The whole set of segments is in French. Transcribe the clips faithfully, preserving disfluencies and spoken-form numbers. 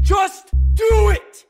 Just do it!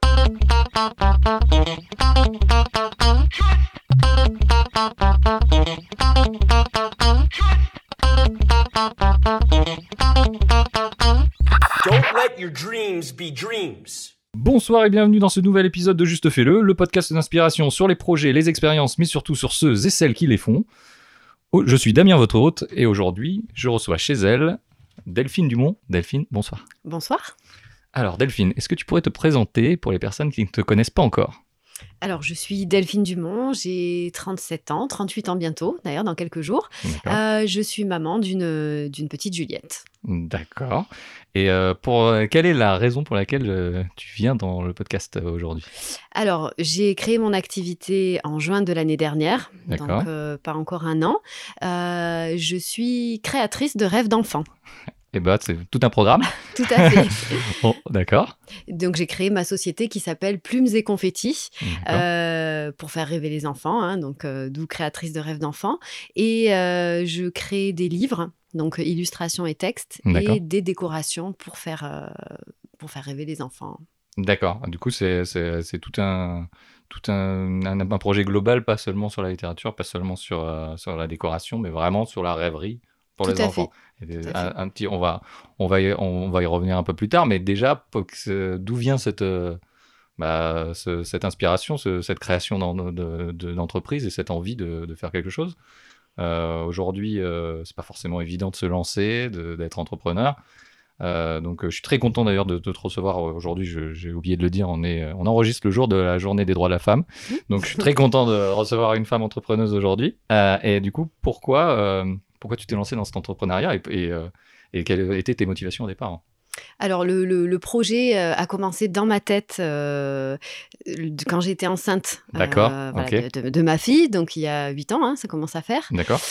Don't let your dreams be dreams. Bonsoir et bienvenue dans ce nouvel épisode de Juste Fais-le, le podcast d'inspiration sur les projets, les expériences, mais surtout sur ceux et celles qui les font. Oh, je suis Damien, votre hôte, et aujourd'hui, je reçois chez elle Delphine Dumont. Delphine, bonsoir. Bonsoir. Alors Delphine, est-ce que tu pourrais te présenter pour les personnes qui ne te connaissent pas encore ? Alors, je suis Delphine Dumont, j'ai trente-sept ans, trente-huit ans bientôt, d'ailleurs, dans quelques jours. Euh, je suis maman d'une, d'une petite Juliette. D'accord. Et euh, pour, euh, quelle est la raison pour laquelle euh, tu viens dans le podcast euh, aujourd'hui ? Alors, j'ai créé mon activité en juin de l'année dernière, D'accord. donc euh, pas encore un an. Euh, je suis créatrice de rêves d'enfants. Eh ben, c'est tout un programme. Tout à fait. Oh, d'accord. Donc, j'ai créé ma société qui s'appelle Plumes et Confettis euh, pour faire rêver les enfants, hein, donc euh, d'où créatrice de rêves d'enfants. Et euh, je crée des livres, donc illustrations et textes, D'accord. et des décorations pour faire, euh, pour faire rêver les enfants. D'accord. Du coup, c'est, c'est, c'est tout un... tout un, un, un projet global, pas seulement sur la littérature, pas seulement sur, euh, sur la décoration, mais vraiment sur la rêverie pour Tout les à enfants. fait. Et Tout à un, fait. un petit, on va, on va, y, on va y revenir un peu plus tard, mais déjà, d'où vient cette, euh, bah, ce, cette inspiration, ce, cette création d'en, de, de, d'entreprise et cette envie de, de faire quelque chose. Euh, aujourd'hui, euh, c'est pas forcément évident de se lancer, de, d'être entrepreneur. Euh, donc, euh, je suis très content d'ailleurs de, de te recevoir aujourd'hui. Je, j'ai oublié de le dire, on, est, on enregistre le jour de la journée des droits de la femme. Donc, je suis très content de recevoir une femme entrepreneuse aujourd'hui. Euh, et du coup, pourquoi, euh, pourquoi tu t'es lancé dans cet entrepreneuriat et, et, euh, et quelles étaient tes motivations au départ, hein ? Alors, le, le, le projet euh, a commencé dans ma tête euh, quand j'étais enceinte D'accord, euh, voilà, ok. de, de, de ma fille, donc il y a huit ans, hein, ça commence à faire. D'accord.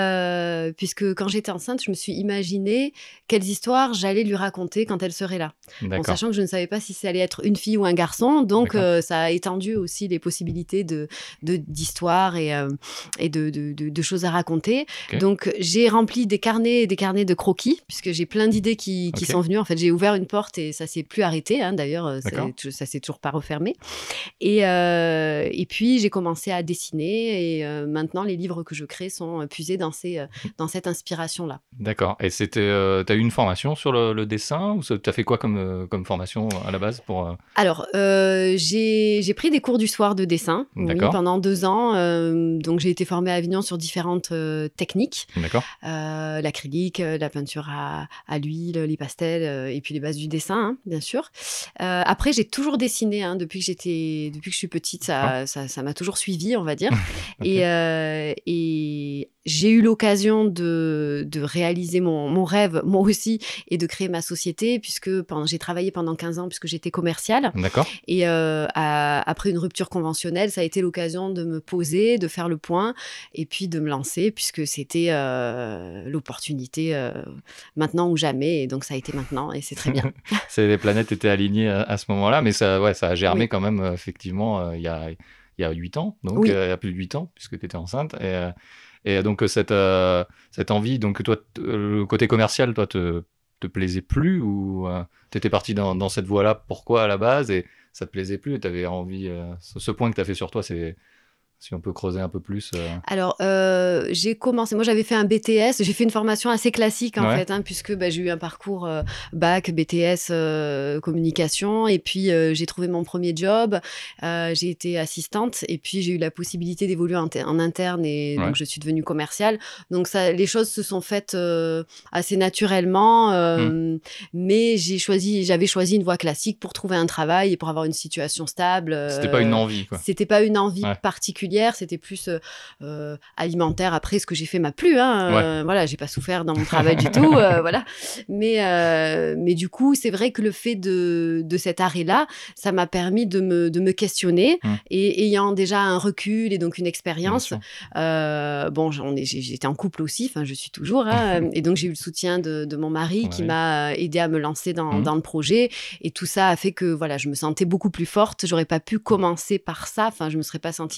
Euh, puisque quand j'étais enceinte, je me suis imaginé quelles histoires j'allais lui raconter quand elle serait là. En sachant que je ne savais pas si ça allait être une fille ou un garçon, donc euh, ça a étendu aussi les possibilités de, de, d'histoires et, euh, et de, de, de, de choses à raconter. Okay. Donc j'ai rempli des carnets, des carnets de croquis, puisque j'ai plein d'idées qui, qui okay. sont venues. En fait, j'ai ouvert une porte et ça s'est plus arrêté. Hein, d'ailleurs, c'est, ça s'est toujours pas refermé. Et, euh, et puis j'ai commencé à dessiner et euh, maintenant les livres que je crée sont puisés dans ces, dans cette inspiration-là. D'accord. Et c'était, euh, t'as eu une formation sur le, le dessin ou t'as fait quoi comme, euh, comme formation à la base pour euh... Alors, euh, j'ai, j'ai pris des cours du soir de dessin oui, pendant deux ans. Euh, donc j'ai été formée à Avignon sur différentes euh, techniques. D'accord. Euh, l'acrylique, la peinture à, à l'huile, les pastels euh, et puis les bases du dessin, hein, bien sûr. Euh, après, j'ai toujours dessiné hein, depuis que j'étais, depuis que je suis petite. Ça, ah. ça, ça m'a toujours suivie, on va dire. okay. Et, euh, et j'ai eu l'occasion de, de réaliser mon, mon rêve, moi aussi, et de créer ma société, puisque pendant, j'ai travaillé pendant quinze ans, puisque j'étais commerciale. D'accord. Et euh, à, après une rupture conventionnelle, ça a été l'occasion de me poser, de faire le point, et puis de me lancer, puisque c'était euh, l'opportunité euh, maintenant ou jamais. Et donc, ça a été maintenant, et c'est très bien. C'est, les planètes étaient alignées à, à ce moment-là, mais ça, ouais, ça a germé oui. quand même, euh, effectivement, euh, il y a, il y a huit ans, donc oui. euh, il y a plus de huit ans, puisque tu étais enceinte. Et, euh, Et donc, cette, euh, cette envie, donc toi, t- le côté commercial, toi, te, te plaisait plus ou euh, tu étais parti dans, dans cette voie-là, pourquoi à la base, et ça te plaisait plus et tu avais envie, euh, ce, ce point que tu as fait sur toi, c'est, si on peut creuser un peu plus. Euh... Alors, euh, j'ai commencé, moi j'avais fait un B T S, j'ai fait une formation assez classique en ouais. fait, hein, puisque bah, j'ai eu un parcours euh, bac, B T S, euh, communication, et puis euh, j'ai trouvé mon premier job, euh, j'ai été assistante, et puis j'ai eu la possibilité d'évoluer en, t- en interne, et ouais. donc je suis devenue commerciale. Donc ça, les choses se sont faites euh, assez naturellement, euh, mmh. mais j'ai choisi, j'avais choisi une voie classique pour trouver un travail et pour avoir une situation stable. Euh, c'était pas une envie, quoi. C'était pas une envie ouais. particulière. C'était plus euh, alimentaire. Après, ce que j'ai fait m'a plu. Hein. Ouais. Euh, voilà, j'ai pas souffert dans mon travail du tout. Euh, voilà. Mais, euh, mais du coup, c'est vrai que le fait de, de cet arrêt-là, ça m'a permis de me, de me questionner. Hum. Et ayant déjà un recul et donc une expérience, euh, bon, j'en ai, j'étais en couple aussi. Enfin, je suis toujours. Hein, et donc, j'ai eu le soutien de, de mon mari ouais. qui m'a aidé à me lancer dans, hum. dans le projet. Et tout ça a fait que voilà, je me sentais beaucoup plus forte. J'aurais pas pu commencer par ça. Enfin, je me serais pas sentie capable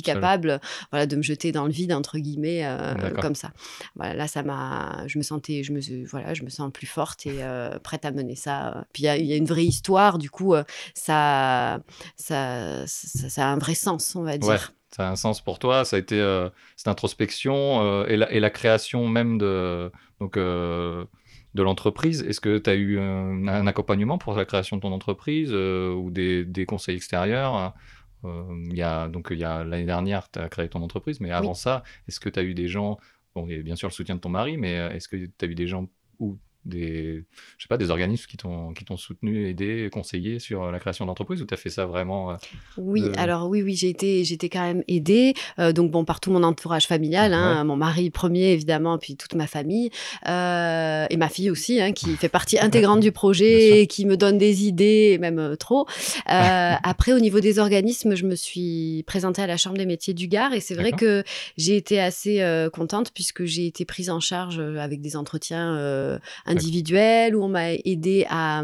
capable, voilà, de me jeter dans le vide entre guillemets euh, comme ça. Voilà, là, ça m'a, je me sentais, je me, voilà, je me sens plus forte et euh, prête à mener ça. Puis il y, y a une vraie histoire, du coup, euh, ça, ça, ça, ça a un vrai sens, on va dire. Ouais. Ça a un sens pour toi, ça a été euh, cette introspection euh, et, la, et la création même de, donc, euh, de l'entreprise. Est-ce que tu as eu un, un accompagnement pour la création de ton entreprise euh, ou des, des conseils extérieurs euh, y a, donc, y a, l'année dernière, tu as créé ton entreprise, mais avant oui. ça, est-ce que tu as eu des gens, bon, il y a bien sûr le soutien de ton mari, mais est-ce que tu as eu des gens où des, je sais pas, des organismes qui t'ont, qui t'ont soutenu, aidé, conseillé sur la création d'entreprise ou tu as fait ça vraiment euh, Oui, de... alors oui, oui, j'ai été, j'ai été quand même aidée, euh, donc bon, par tout mon entourage familial, hein, ouais. Mon mari premier évidemment, puis toute ma famille, euh, et ma fille aussi, hein, qui fait partie intégrante du projet et qui me donne des idées, même euh, trop. Euh, après, au niveau des organismes, je me suis présentée à la Chambre des métiers du Gard et c'est vrai D'accord. que j'ai été assez euh, contente puisque j'ai été prise en charge avec des entretiens euh, individuelle, où on m'a aidé à,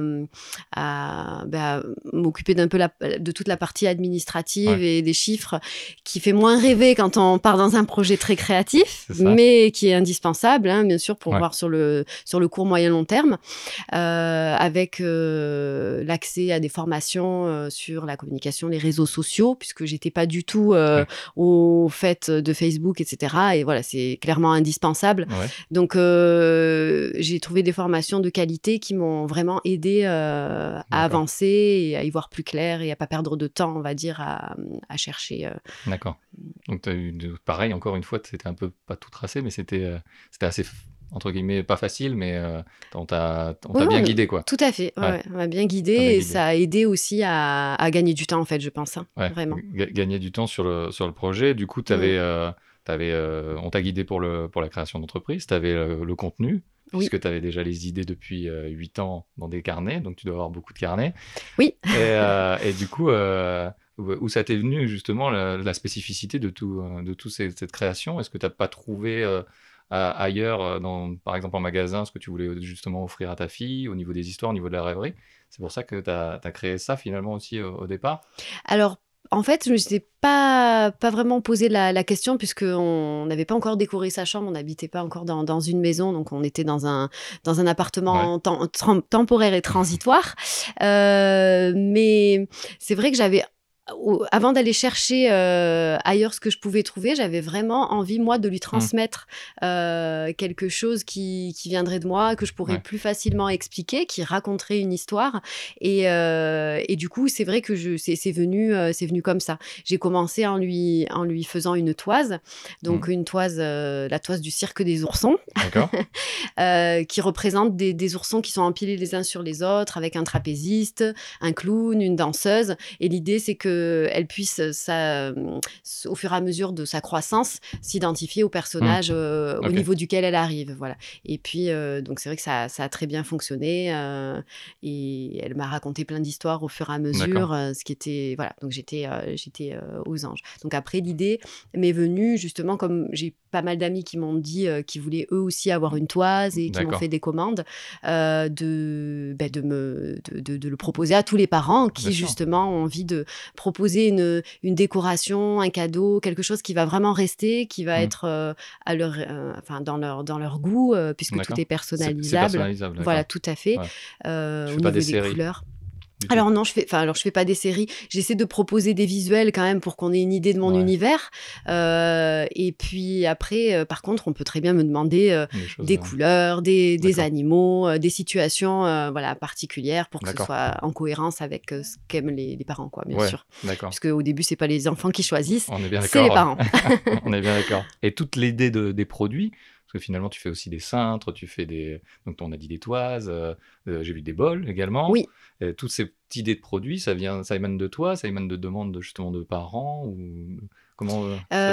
à, bah, à m'occuper d'un peu la, de toute la partie administrative ouais. et des chiffres qui fait moins rêver quand on part dans un projet très créatif, mais qui est indispensable, hein, bien sûr, pour ouais. voir sur le, sur le court, moyen, long terme, euh, avec euh, l'accès à des formations euh, sur la communication, les réseaux sociaux, puisque j'étais pas du tout euh, ouais. au fait de Facebook, et cetera. Et voilà, c'est clairement indispensable. Ouais. Donc, euh, j'ai trouvé des formations de qualité qui m'ont vraiment aidé euh, à avancer et à y voir plus clair et à pas perdre de temps, on va dire, à, à chercher. Euh... D'accord. Donc, tu as eu, pareil, encore une fois, c'était un peu, pas tout tracé, mais c'était, euh, c'était assez, entre guillemets, pas facile, mais euh, on t'a, on t'a ouais, bien guidé, quoi. Tout à fait, ouais. Ouais, on m'a bien guidé et guidé. Ça a aidé aussi à, à gagner du temps, en fait, je pense, hein, ouais. vraiment. G- gagner du temps sur le, sur le projet. Du coup, t'avais, mmh. euh, t'avais, euh, on t'a guidé pour, le, pour la création d'entreprise, tu avais le, le contenu. Puisque oui. tu avais déjà les idées depuis euh, huit ans dans des carnets, donc tu dois avoir beaucoup de carnets. Oui. Et, euh, et du coup, euh, où ça t'est venu justement la, la spécificité de tout, de tout ces, cette création? Est-ce que tu n'as pas trouvé euh, ailleurs, dans, par exemple en magasin, ce que tu voulais justement offrir à ta fille, au niveau des histoires, au niveau de la rêverie? C'est pour ça que tu as créé ça finalement aussi au, au départ? Alors, en fait, je ne me suis pas, pas vraiment posé la, la question puisqu'on n'avait pas encore décoré sa chambre, on n'habitait pas encore dans, dans une maison, donc on était dans un, dans un appartement ouais. tem- tem- temporaire et transitoire. euh, mais c'est vrai que j'avais... Avant d'aller chercher euh, ailleurs ce que je pouvais trouver, j'avais vraiment envie, moi, de lui transmettre mmh. euh, quelque chose qui, qui viendrait de moi, que je pourrais ouais. plus facilement expliquer, qui raconterait une histoire. Et, euh, et du coup, c'est vrai que je, c'est, c'est, venu, euh, c'est venu comme ça. J'ai commencé en lui, en lui faisant une toise, donc mmh. une toise, euh, la toise du cirque des oursons, euh, qui représente des, des oursons qui sont empilés les uns sur les autres, avec un trapéziste, un clown, une danseuse. Et l'idée, c'est que elle puisse, ça, au fur et à mesure de sa croissance, s'identifier au personnage mmh. euh, okay. au niveau duquel elle arrive. Voilà. Et puis, euh, donc c'est vrai que ça, ça a très bien fonctionné. Euh, et elle m'a raconté plein d'histoires au fur et à mesure. Euh, ce qui était, voilà. Donc j'étais, euh, j'étais euh, aux anges. Donc après, l'idée m'est venue justement, comme j'ai pas mal d'amis qui m'ont dit euh, qu'ils voulaient eux aussi avoir une toise et qui D'accord. m'ont fait des commandes, euh, de, ben, de, me, de, de, de le proposer à tous les parents qui Bien justement sûr. ont envie de proposer une, une décoration, un cadeau, quelque chose qui va vraiment rester, qui va mmh. être euh, à leur, euh, enfin, dans, leur, dans leur goût, euh, puisque d'accord. tout est personnalisable. C'est, c'est personnalisable voilà, tout à fait. Ouais. Euh, au niveau des, des couleurs. Alors non, je fais, enfin alors je fais pas des séries. J'essaie de proposer des visuels quand même pour qu'on ait une idée de mon ouais. univers. Euh, et puis après, euh, par contre, on peut très bien me demander euh, des, des couleurs, des, des animaux, euh, des situations, euh, voilà, particulières pour que D'accord. ce soit en cohérence avec euh, ce qu'aiment les, les parents, quoi, bien ouais. sûr. D'accord. Parce qu'au début, c'est pas les enfants qui choisissent, on est bien c'est les parents. On est bien d'accord. Et toute l'idée de, des produits. Parce que finalement, tu fais aussi des cintres, tu fais des... Donc, on a dit des toises, euh, euh, j'ai vu des bols également. Oui. Et toutes ces petites idées de produits, ça, vient, ça émane de toi, ça émane de demandes de, justement de parents ou... Comment euh, ça euh, vient de...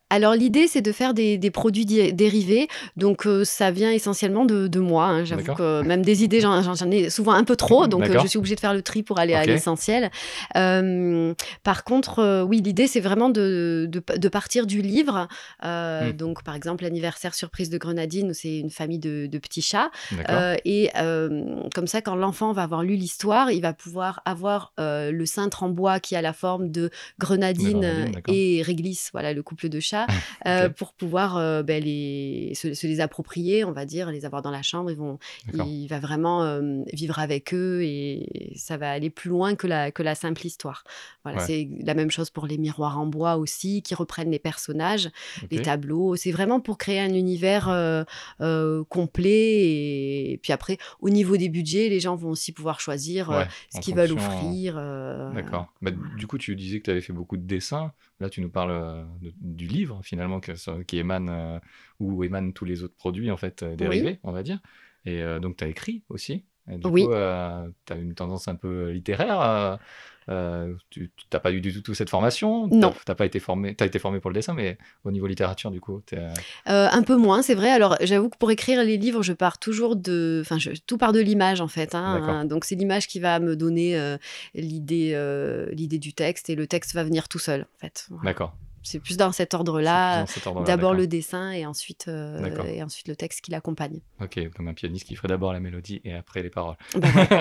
Alors l'idée, c'est de faire des, des produits di- dérivés, donc euh, ça vient essentiellement de, de moi. Hein. J'avoue D'accord. que même des idées, j'en, j'en- j'en ai souvent un peu trop, donc euh, D'accord. je suis obligée de faire le tri pour aller à Ok. l'essentiel. Euh, par contre, euh, oui, l'idée, c'est vraiment de, de, de partir du livre. Euh, Hmm. Donc par exemple, l'anniversaire surprise de Grenadine, où c'est une famille de, de petits chats. D'accord. Euh, et euh, comme ça, quand l'enfant va avoir lu l'histoire, il va pouvoir avoir euh, le cintre en bois qui a la forme de Grenadine, De Grenadine, euh, d'accord. et Réglisse, voilà, le couple de chats, euh, Ok. pour pouvoir euh, ben, les, se, se les approprier, on va dire, les avoir dans la chambre. Ils vont, D'accord. il va vraiment euh, vivre avec eux et ça va aller plus loin que la, que la simple histoire. Voilà, Ouais. c'est la même chose pour les miroirs en bois aussi, qui reprennent les personnages, Ok. les tableaux. C'est vraiment pour créer un univers euh, euh, complet. Et... et puis après, au niveau des budgets, les gens vont aussi pouvoir choisir euh, Ouais, ce en qu'ils veulent fonction. offrir. euh, D'accord. Bah, voilà. du coup, tu disais que tu avais fait beaucoup de dessins. Là, tu nous parles euh, de- du livre, finalement, que, ça- qui émane, euh, où émanent tous les autres produits, en fait, euh, dérivés, Oui, on va dire. Et euh, donc, tu as écrit aussi. Et du coup, oui. tu as une tendance un peu littéraire. euh, euh, tu n'as pas eu du tout cette formation. Tu Non. n'as pas été formé, tu as été formé pour le dessin, mais au niveau littérature, du coup, t'es, euh, Euh, un peu moins, c'est vrai. Alors, j'avoue que pour écrire les livres, je pars toujours de... Enfin, je- tout part de l'image, en fait. Hein, D'accord. hein. Donc, c'est l'image qui va me donner euh, l'idée euh, l'idée du texte et le texte va venir tout seul, en fait. Voilà. D'accord. C'est plus dans cet C'est plus ordre-là. dans cet ordre-là, D'abord d'accord. le dessin et ensuite, euh, D'accord. et ensuite le texte qui l'accompagne. Ok, comme un pianiste qui ferait d'abord la mélodie et après les paroles. Ben voilà.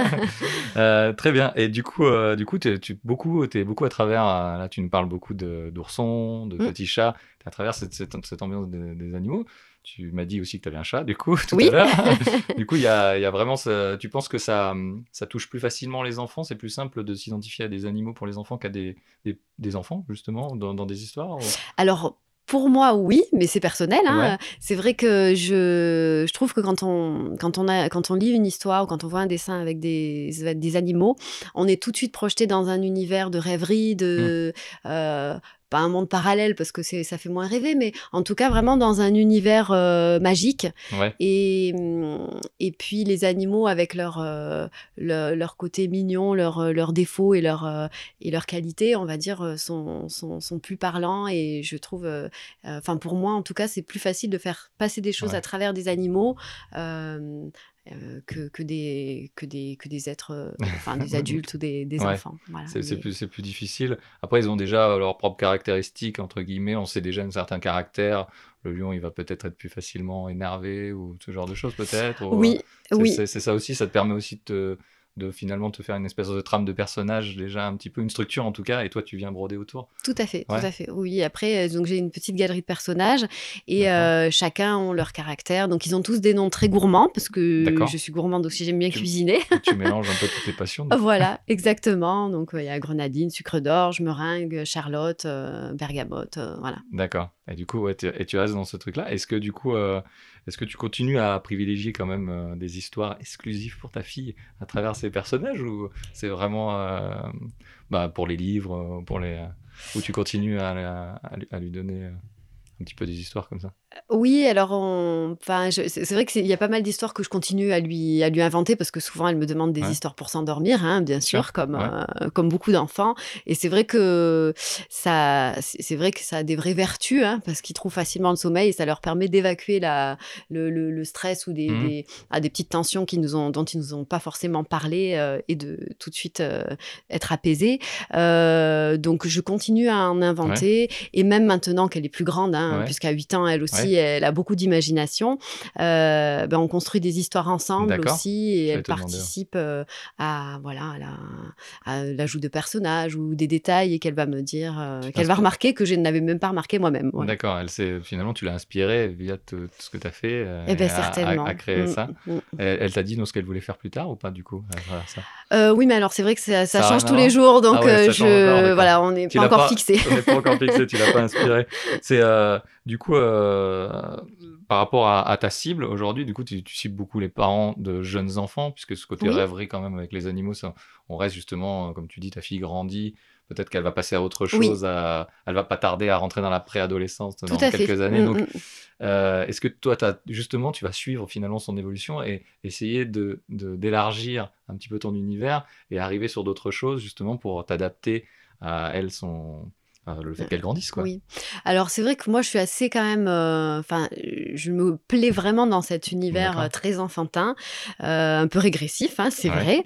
Euh, très bien. Et du coup, euh, du coup, t'es, tu beaucoup, t'es beaucoup à travers. euh, là, tu nous parles beaucoup de, d'oursons, de Mm. petits chats. T'es à travers cette, cette, cette ambiance des, des animaux. Tu m'as dit aussi que tu avais un chat, du coup, tout Oui. à l'heure. Du coup, il y a, il y a vraiment. ce- Tu penses que ça, hum, ça touche plus facilement les enfants? C'est plus simple de s'identifier à des animaux pour les enfants qu'à des, des, des enfants, justement, dans, dans des histoires ou- Alors, pour moi, oui, mais c'est personnel. Hein. Ouais. C'est vrai que je, je trouve que quand on, quand, on a, quand on lit une histoire ou quand on voit un dessin avec des, des animaux, on est tout de suite projeté dans un univers de rêverie, de... euh, pas un monde parallèle parce que c'est, ça fait moins rêver, mais en tout cas vraiment dans un univers euh, magique. Ouais. Et, hum, et puis les animaux avec leur, euh, leur, leur côté mignon, leurs leur défauts et leurs euh, et leurs qualités, on va dire, euh, sont, sont, sont plus parlants. Et je trouve, euh, enfin pour moi en tout cas, c'est plus facile de faire passer des choses Ouais. à travers des animaux. Euh, euh, que, que, des, que, des, que des êtres, euh, enfin des adultes ou des, des Ouais. enfants. Voilà. C'est, c'est Mais- plus, c'est plus difficile. Après, ils ont déjà leurs propres caractéristiques, entre guillemets. On sait déjà un certain caractère. Le lion, il va peut-être être plus facilement énervé ou ce genre de choses, peut-être. ou, euh, Oui, c'est, oui. c'est, c'est ça aussi. Ça te permet aussi de, te- de finalement te faire une espèce de trame de personnage, déjà un petit peu, une structure en tout cas, et toi, tu viens broder autour. Tout à fait, Ouais. tout à fait. Oui, après, euh, donc j'ai une petite galerie de personnages et D'accord. euh, chacun ont leur caractère. Donc ils ont tous des noms très gourmands parce que D'accord. je suis gourmande aussi, j'aime bien Tu- cuisiner. Tu mélanges un peu toutes les passions. du coup. Voilà, exactement. Donc euh, il y a grenadine, sucre d'orge, meringue, charlotte, euh, bergamote, euh, voilà. D'accord. Et du coup, ouais, tu- et tu restes dans ce truc-là. Est-ce que du coup, euh, est-ce que tu continues à privilégier quand même euh, des histoires exclusives pour ta fille à travers ces personnages ou c'est vraiment euh, bah, pour les livres, euh, pour les, ou tu continues à, à- à lui- à lui donner euh, un petit peu des histoires comme ça? Oui, alors on... enfin, je- c'est c'est vrai qu'il y a pas mal d'histoires que je continue à lui, à lui inventer parce que souvent elle me demande des Ouais. histoires pour s'endormir, hein, bien Sûr. sûr, comme, Ouais. euh, comme beaucoup d'enfants. Et c'est vrai que ça, c'est c'est vrai que ça a des vraies vertus hein, parce qu'ils trouvent facilement le sommeil et ça leur permet d'évacuer la, le, le- le stress ou des, Mhm. des, ah, des petites tensions qui nous ont, dont ils nous ont pas forcément parlé euh, et de tout de suite euh, être apaisés. Euh, donc je continue à en inventer et même maintenant qu'elle est plus grande, hein, Ouais. puisqu'à huit ans elle aussi, Ouais. elle a beaucoup d'imagination. Euh, ben, on construit des histoires ensemble D'accord. aussi et J'allais elle te demander, ouais. participe euh, à voilà à la- à l'ajout de personnages ou des détails et qu'elle va me dire, euh, Tu qu'elle va t'inspires. remarquer que je n'avais même pas remarqué moi-même. Voilà. D'accord. Elle s'est- finalement, tu l'as inspirée via tout, tout ce que tu as fait euh, Eh ben à, à- certainement. à créer Mm, ça. mm. Elle, elle t'a dit non, ce qu'elle voulait faire plus tard ou pas du coup à travers ça? Euh, oui, mais alors c'est vrai que ça, ça Ça a change rien à tous les voir? jours, donc Ah ouais, euh, ça change encore, je d'accord. voilà, on n'est Tu pas l'as encore pas, fixé. on n'est pas encore fixé, tu l'as pas inspiré. C'est euh, du coup euh, par rapport à, à ta cible aujourd'hui, du coup tu, tu cibles beaucoup les parents de jeunes enfants, puisque ce côté Oui. rêverie quand même avec les animaux, ça, on reste justement, euh, comme tu dis, ta fille grandit, peut-être qu'elle va passer à autre Oui. chose, à, elle va pas tarder à rentrer dans la préadolescence dans Tout à quelques fait. années. Mm, Donc, mm. euh, est-ce que toi, t'as, justement, tu vas suivre finalement son évolution et essayer de, de- d'élargir un petit peu ton univers et arriver sur d'autres choses justement pour t'adapter à elle, son, enfin, le fait qu'elles grandissent, quoi. Oui. Alors, c'est vrai que moi, je suis assez quand même... Enfin, euh, je me plais vraiment dans cet univers D'accord. euh, très enfantin, euh, un peu régressif, hein, c'est Ouais. vrai.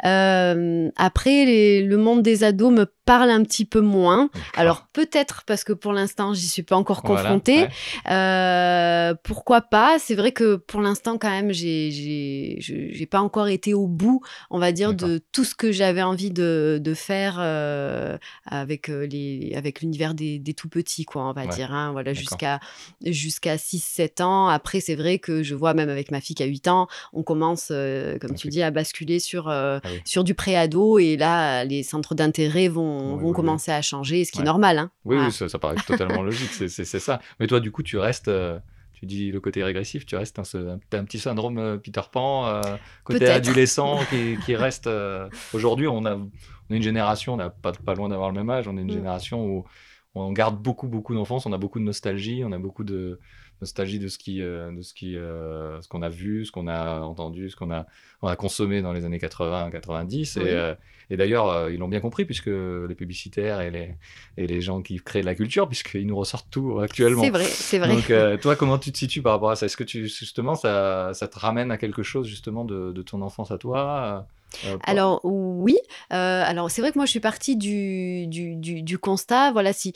Euh, après, les- le monde des ados me parle un petit peu moins. D'accord. Alors, peut-être parce que pour l'instant, j'y suis pas encore Voilà, confrontée. ouais. Euh, pourquoi pas? C'est vrai que pour l'instant, quand même, j'ai, j'ai, je- j'ai pas encore été au bout, on va dire, D'accord. de tout ce que j'avais envie de, de faire euh, avec, euh, les, avec l'univers des, des tout petits, quoi, on va Ouais. dire. Hein, voilà, D'accord. jusqu'à, jusqu'à six sept ans. Après, c'est vrai que je vois, même avec ma fille qui a huit ans, on commence, euh, comme tu Ok. dis, à basculer sur, euh, Ah oui. sur du pré-ado. Et là, les centres d'intérêt vont, Vont vont évoluer. commencer à changer, ce qui Ouais. est normal. Hein. Oui, Voilà. oui, ça, ça paraît totalement logique, c'est, c'est, c'est ça. Mais toi, du coup, tu restes, euh, tu dis le côté régressif, tu restes un, ce- un, t'as un petit syndrome euh, Peter Pan, euh, côté Peut-être. adolescent qui, qui reste. euh, Aujourd'hui, on a, on est une génération, on n'a pas, pas loin d'avoir le même âge, on est une Mm. génération où on garde beaucoup, beaucoup d'enfance, on a beaucoup de nostalgie, on a beaucoup de nostalgie de ce qui, euh, de ce qui, euh, ce qu'on a vu, ce qu'on a entendu, ce qu'on a, on a consommé dans les années quatre-vingts, quatre-vingt-dix. Oui. Et, euh, et d'ailleurs, euh, ils l'ont bien compris puisque les publicitaires et les, et les gens qui créent de la culture, puisqu'ils nous ressortent tout actuellement. C'est vrai, c'est vrai. Donc, euh, toi, comment tu te situes par rapport à ça? Est-ce que tu, justement, ça, ça te ramène à quelque chose, justement, de, de ton enfance à toi? Euh, pas- Alors oui, euh, alors c'est vrai que moi je suis partie du, du, du, du constat, voilà, si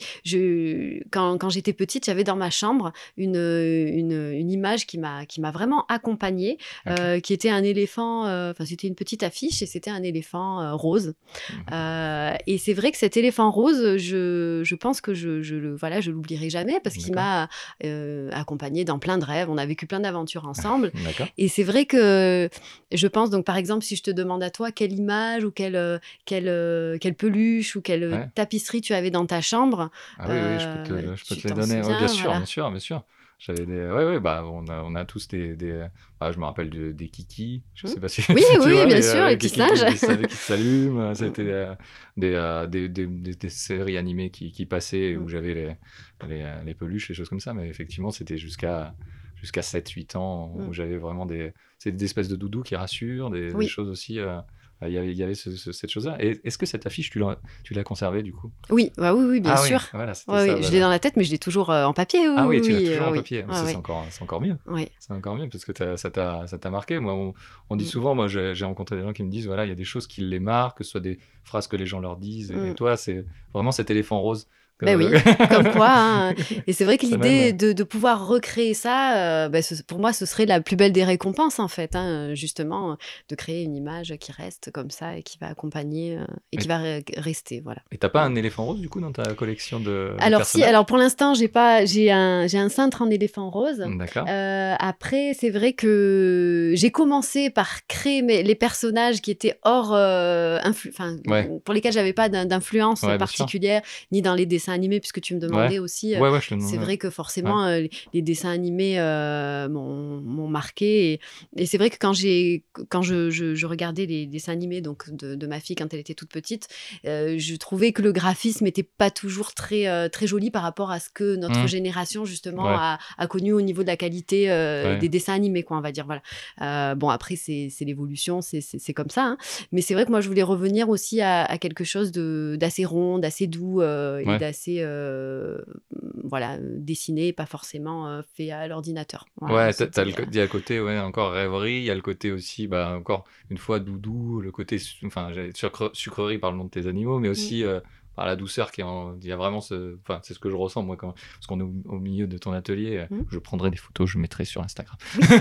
je, quand, quand j'étais petite, j'avais dans ma chambre une, une, une image qui m'a, qui m'a vraiment accompagnée, Ok. euh, qui était un éléphant, euh, enfin c'était une petite affiche et c'était un éléphant euh, rose. Mhm. Euh, et c'est vrai que cet éléphant rose, je, je pense que je, je, le, voilà, je l'oublierai jamais parce qu'il D'accord. m'a euh, accompagnée dans plein de rêves, on a vécu plein d'aventures ensemble. D'accord. Et c'est vrai que je pense, donc par exemple, si je te demande à toi quelle image ou quelle, euh, quelle, euh, quelle peluche ou quelle Ouais. tapisserie tu avais dans ta chambre, Ah oui, oui, je peux te, euh, je peux tu te les t'en donner. Oui, bien souviens, sûr, voilà. bien sûr, bien sûr. J'avais des. Ouais, ouais, bah, on a, on a tous des. des... Ah, je me rappelle de- des kikis. Je Hmm. sais pas si. Oui, tu oui, vois, bien les, sûr, euh, les petits kikis singes. qui, qui, qui s'allument. C'était euh, des, euh, des, des, des, des séries animées qui, qui passaient où Hmm. j'avais les, les, euh, les peluches, les choses comme ça. Mais effectivement, c'était jusqu'à jusqu'à sept huit ans où Hmm. j'avais vraiment des. C'est des espèces de doudous qui rassurent, des, Oui. des choses aussi. euh, Il y avait, il y avait ce- ce- cette chose-là. Et est-ce que cette affiche, tu l'as, tu l'as conservée du coup? Oui, bah oui, oui, bien Ah oui, sûr. voilà, c'était Ouais, ça. oui, je Voilà. l'ai dans la tête, mais je l'ai toujours euh, en papier. Oui, Ah oui, oui, tu l'as oui, toujours euh, en oui. papier. Ouais, Ça, ouais. c'est encore, c'est encore mieux. Ouais. C'est encore mieux parce que t'as- ça t'a, ça t'a marqué. Moi, on, on dit Mm. souvent, moi, j'ai, j'ai rencontré des gens qui me disent, voilà, il y a des choses qui les marquent, que ce soit des phrases que les gens leur disent. Et, Mm. et toi, c'est vraiment cet éléphant rose. que- Ben oui, comme quoi. Hein. Et c'est vrai que Ça l'idée même. de, de pouvoir recréer ça, euh, ben, ce- pour moi, ce serait la plus belle des récompenses, en fait. Hein, justement, de créer une image qui reste comme ça et qui va accompagner euh, et qui Et- va re- rester. Voilà. Et t'as pas un éléphant rose du coup dans ta collection de, de Alors si, personnages? alors pour l'instant, j'ai pas, j'ai un, j'ai un cintre en éléphant rose. D'accord. Euh, après, c'est vrai que j'ai commencé par créer mes, les personnages qui étaient hors, euh, influ- enfin, Ouais. pour lesquels j'avais pas d'in- d'influence Ouais, bien sûr. particulière, ni dans les dessins animés, puisque tu me demandais Ouais. aussi. euh, Ouais, ouais, je te c'est demande. vrai que forcément, euh, les, les dessins animés euh, m'ont m'ont marqué. Et, et c'est vrai que quand j'ai, quand je, je, je regardais les dessins animés donc de, de ma fille quand elle était toute petite, euh, je trouvais que le graphisme n'était pas toujours très, euh, très joli par rapport à ce que notre Mmh. génération justement Ouais. a, a connu au niveau de la qualité euh, Ouais. des dessins animés, quoi, on va dire. Voilà. Euh, bon, après, c'est c'est l'évolution, c'est c'est- c'est comme ça. Hein. Mais c'est vrai que moi, je voulais revenir aussi à, à quelque chose de- d'assez rond, d'assez doux euh, Ouais. et d'assez euh, voilà, dessiné, pas forcément euh, fait à l'ordinateur. Voilà, Ouais, t'as, t'as c'était, le, euh, il y a le côté ouais, encore rêverie, il y a le côté aussi, bah, encore une fois, doudou, le côté, su- enfin, j'allais- sucre- sucrerie par le nom de tes animaux, mais aussi euh, par la douceur qui est en. Il y a vraiment ce. Enfin, c'est ce que je ressens, moi, quand, parce qu'on est au, au milieu de ton atelier. euh, Mm. Je prendrai des photos, je mettrai sur Instagram.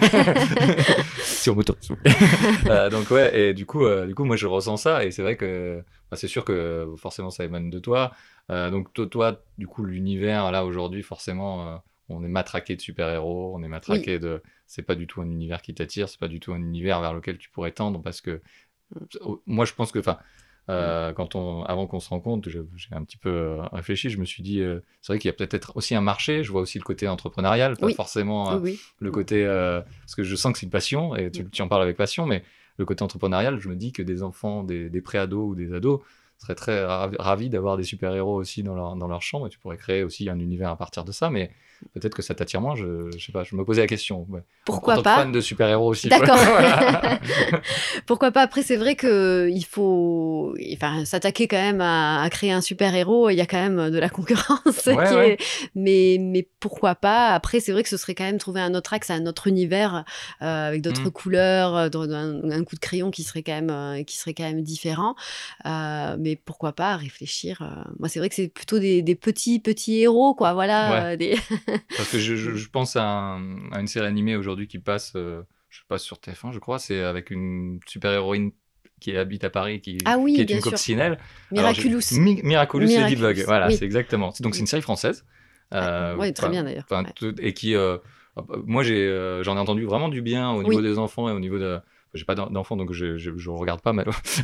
Si on m'autorise, s'il vous plaît. Euh, donc, ouais, et du coup, euh, du coup, moi, je ressens ça, et c'est vrai que bah, c'est sûr que euh, forcément, ça émane de toi. Euh, donc, toi, toi, du coup, l'univers, là, aujourd'hui, forcément. euh, on est matraqué de super-héros, on est matraqué de... C'est pas du tout un univers qui t'attire, c'est pas du tout un univers vers lequel tu pourrais tendre, parce que... Moi, je pense que... Enfin, euh, quand on... avant qu'on se rencontre, je- j'ai un petit peu euh, réfléchi, je me suis dit, euh, c'est vrai qu'il y a peut-être aussi un marché, je vois aussi le côté entrepreneurial, pas Oui. forcément euh, oui, oui. le côté... euh, parce que je sens que c'est une passion, et tu, tu en parles avec passion, mais le côté entrepreneurial, je me dis que des enfants, des, des pré-ados ou des ados seraient très ravi- ravis d'avoir des super-héros aussi dans leur, dans leur chambre, et tu pourrais créer aussi un univers à partir de ça, mais peut-être que ça t'attire moins. Je, je sais pas, je me posais la question. Ouais. Pourquoi en tant pas que fan de super-héros aussi. D'accord. Voilà. Pourquoi pas. Après, c'est vrai qu'il faut enfin, s'attaquer quand même à, à créer un super-héros. Il y a quand même de la concurrence. Ouais, qui ouais. Est... Mais, mais pourquoi pas. Après, c'est vrai que ce serait quand même trouver un autre axe, un autre univers euh, avec d'autres mmh. couleurs, un, un coup de crayon qui serait quand même, euh, qui serait quand même différent. Euh, mais pourquoi pas réfléchir. Euh... Moi, c'est vrai que c'est plutôt des, des petits, petits héros, quoi. Voilà. Ouais. Euh, des... Parce que je, je, je pense à, un, à une série animée aujourd'hui qui passe, euh, je sais pas, sur T F un, je crois. C'est avec une super-héroïne qui habite à Paris, qui, ah oui, qui est bien une sûr. coccinelle. Miraculous. Alors, Mi- Miraculous, Miraculous. Ladybug. Voilà, oui. c'est exactement. Donc, c'est une série française. Euh, oui, très bien d'ailleurs. Ouais. Ouais. Et qui, euh, moi, j'ai, euh, j'en ai entendu vraiment du bien au niveau oui. des enfants et au niveau de. J'ai pas d'enfants, donc je, je, je regarde pas, mais,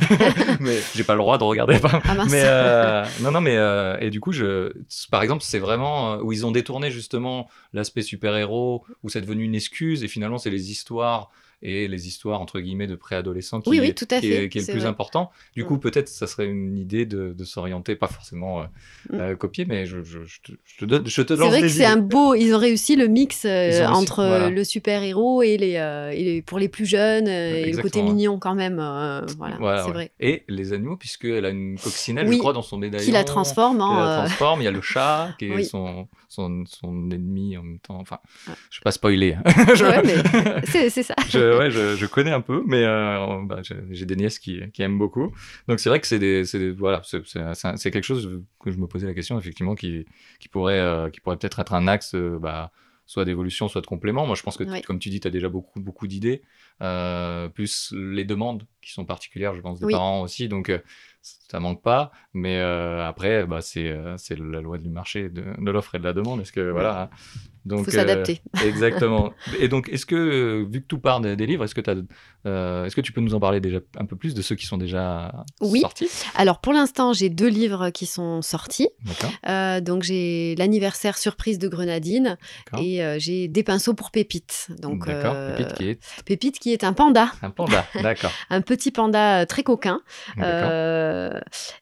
mais j'ai pas le droit de regarder. Pas. Ah, mince. Mais euh, non, non, mais euh, et du coup, je, par exemple, c'est vraiment euh, où ils ont détourné justement l'aspect super-héros, où c'est devenu une excuse, et finalement, c'est les histoires et les histoires entre guillemets de préadolescents qui, oui, oui, tout à qui, fait, est, qui est le c'est plus vrai. important. Du mmh. coup, peut-être ça serait une idée de, de s'orienter, pas forcément euh, mmh. euh, copier, mais je, je, je, te, je te donne, je te c'est lance vrai des que idées. C'est un beau. Ils ont réussi le mix euh, entre réussi, voilà. le super-héros et les, euh, et les pour les plus jeunes euh, et le côté ouais. mignon quand même. Euh, voilà, voilà, c'est ouais. vrai. Et les animaux, puisqu'elle a une coccinelle, oui, je crois, dans son médaillon. Qui la transforme. Qui la euh... transforme. Il y a le chat qui est oui. son, son, son ennemi en même temps. Enfin, ouais. je ne vais pas spoiler. je... ouais, mais c'est, c'est ça. je, ouais, je, je connais un peu, mais euh, bah, j'ai, j'ai des nièces qui, qui aiment beaucoup. Donc c'est vrai que c'est des, c'est des, voilà, c'est, c'est, c'est, c'est quelque chose que je me posais la question effectivement qui, qui pourrait, euh, qui pourrait peut-être être un axe, euh, bah, soit d'évolution, soit de complément. Moi, je pense que, oui. comme tu dis, tu as déjà beaucoup, beaucoup d'idées, euh, plus les demandes qui sont particulières, je pense, des oui. parents aussi. Donc, euh, ça manque pas. Mais euh, après, bah, c'est, euh, c'est la loi du marché, de, de l'offre et de la demande. Est-ce que, voilà. Il faut s'adapter. Euh, exactement. Et donc, est-ce que, vu que tout part des, des livres, est-ce que, t'as, euh, est-ce que tu peux nous en parler déjà un peu plus de ceux qui sont déjà oui. sortis ? Alors, pour l'instant, j'ai deux livres qui sont sortis. D'accord. Euh, donc, j'ai l'anniversaire surprise de Grenadine D'accord. et euh, j'ai des pinceaux pour Pépite. Donc, d'accord. Euh, Pépite qui est Pépite qui est un panda. Un panda, d'accord. un petit panda très coquin. D'accord. Euh,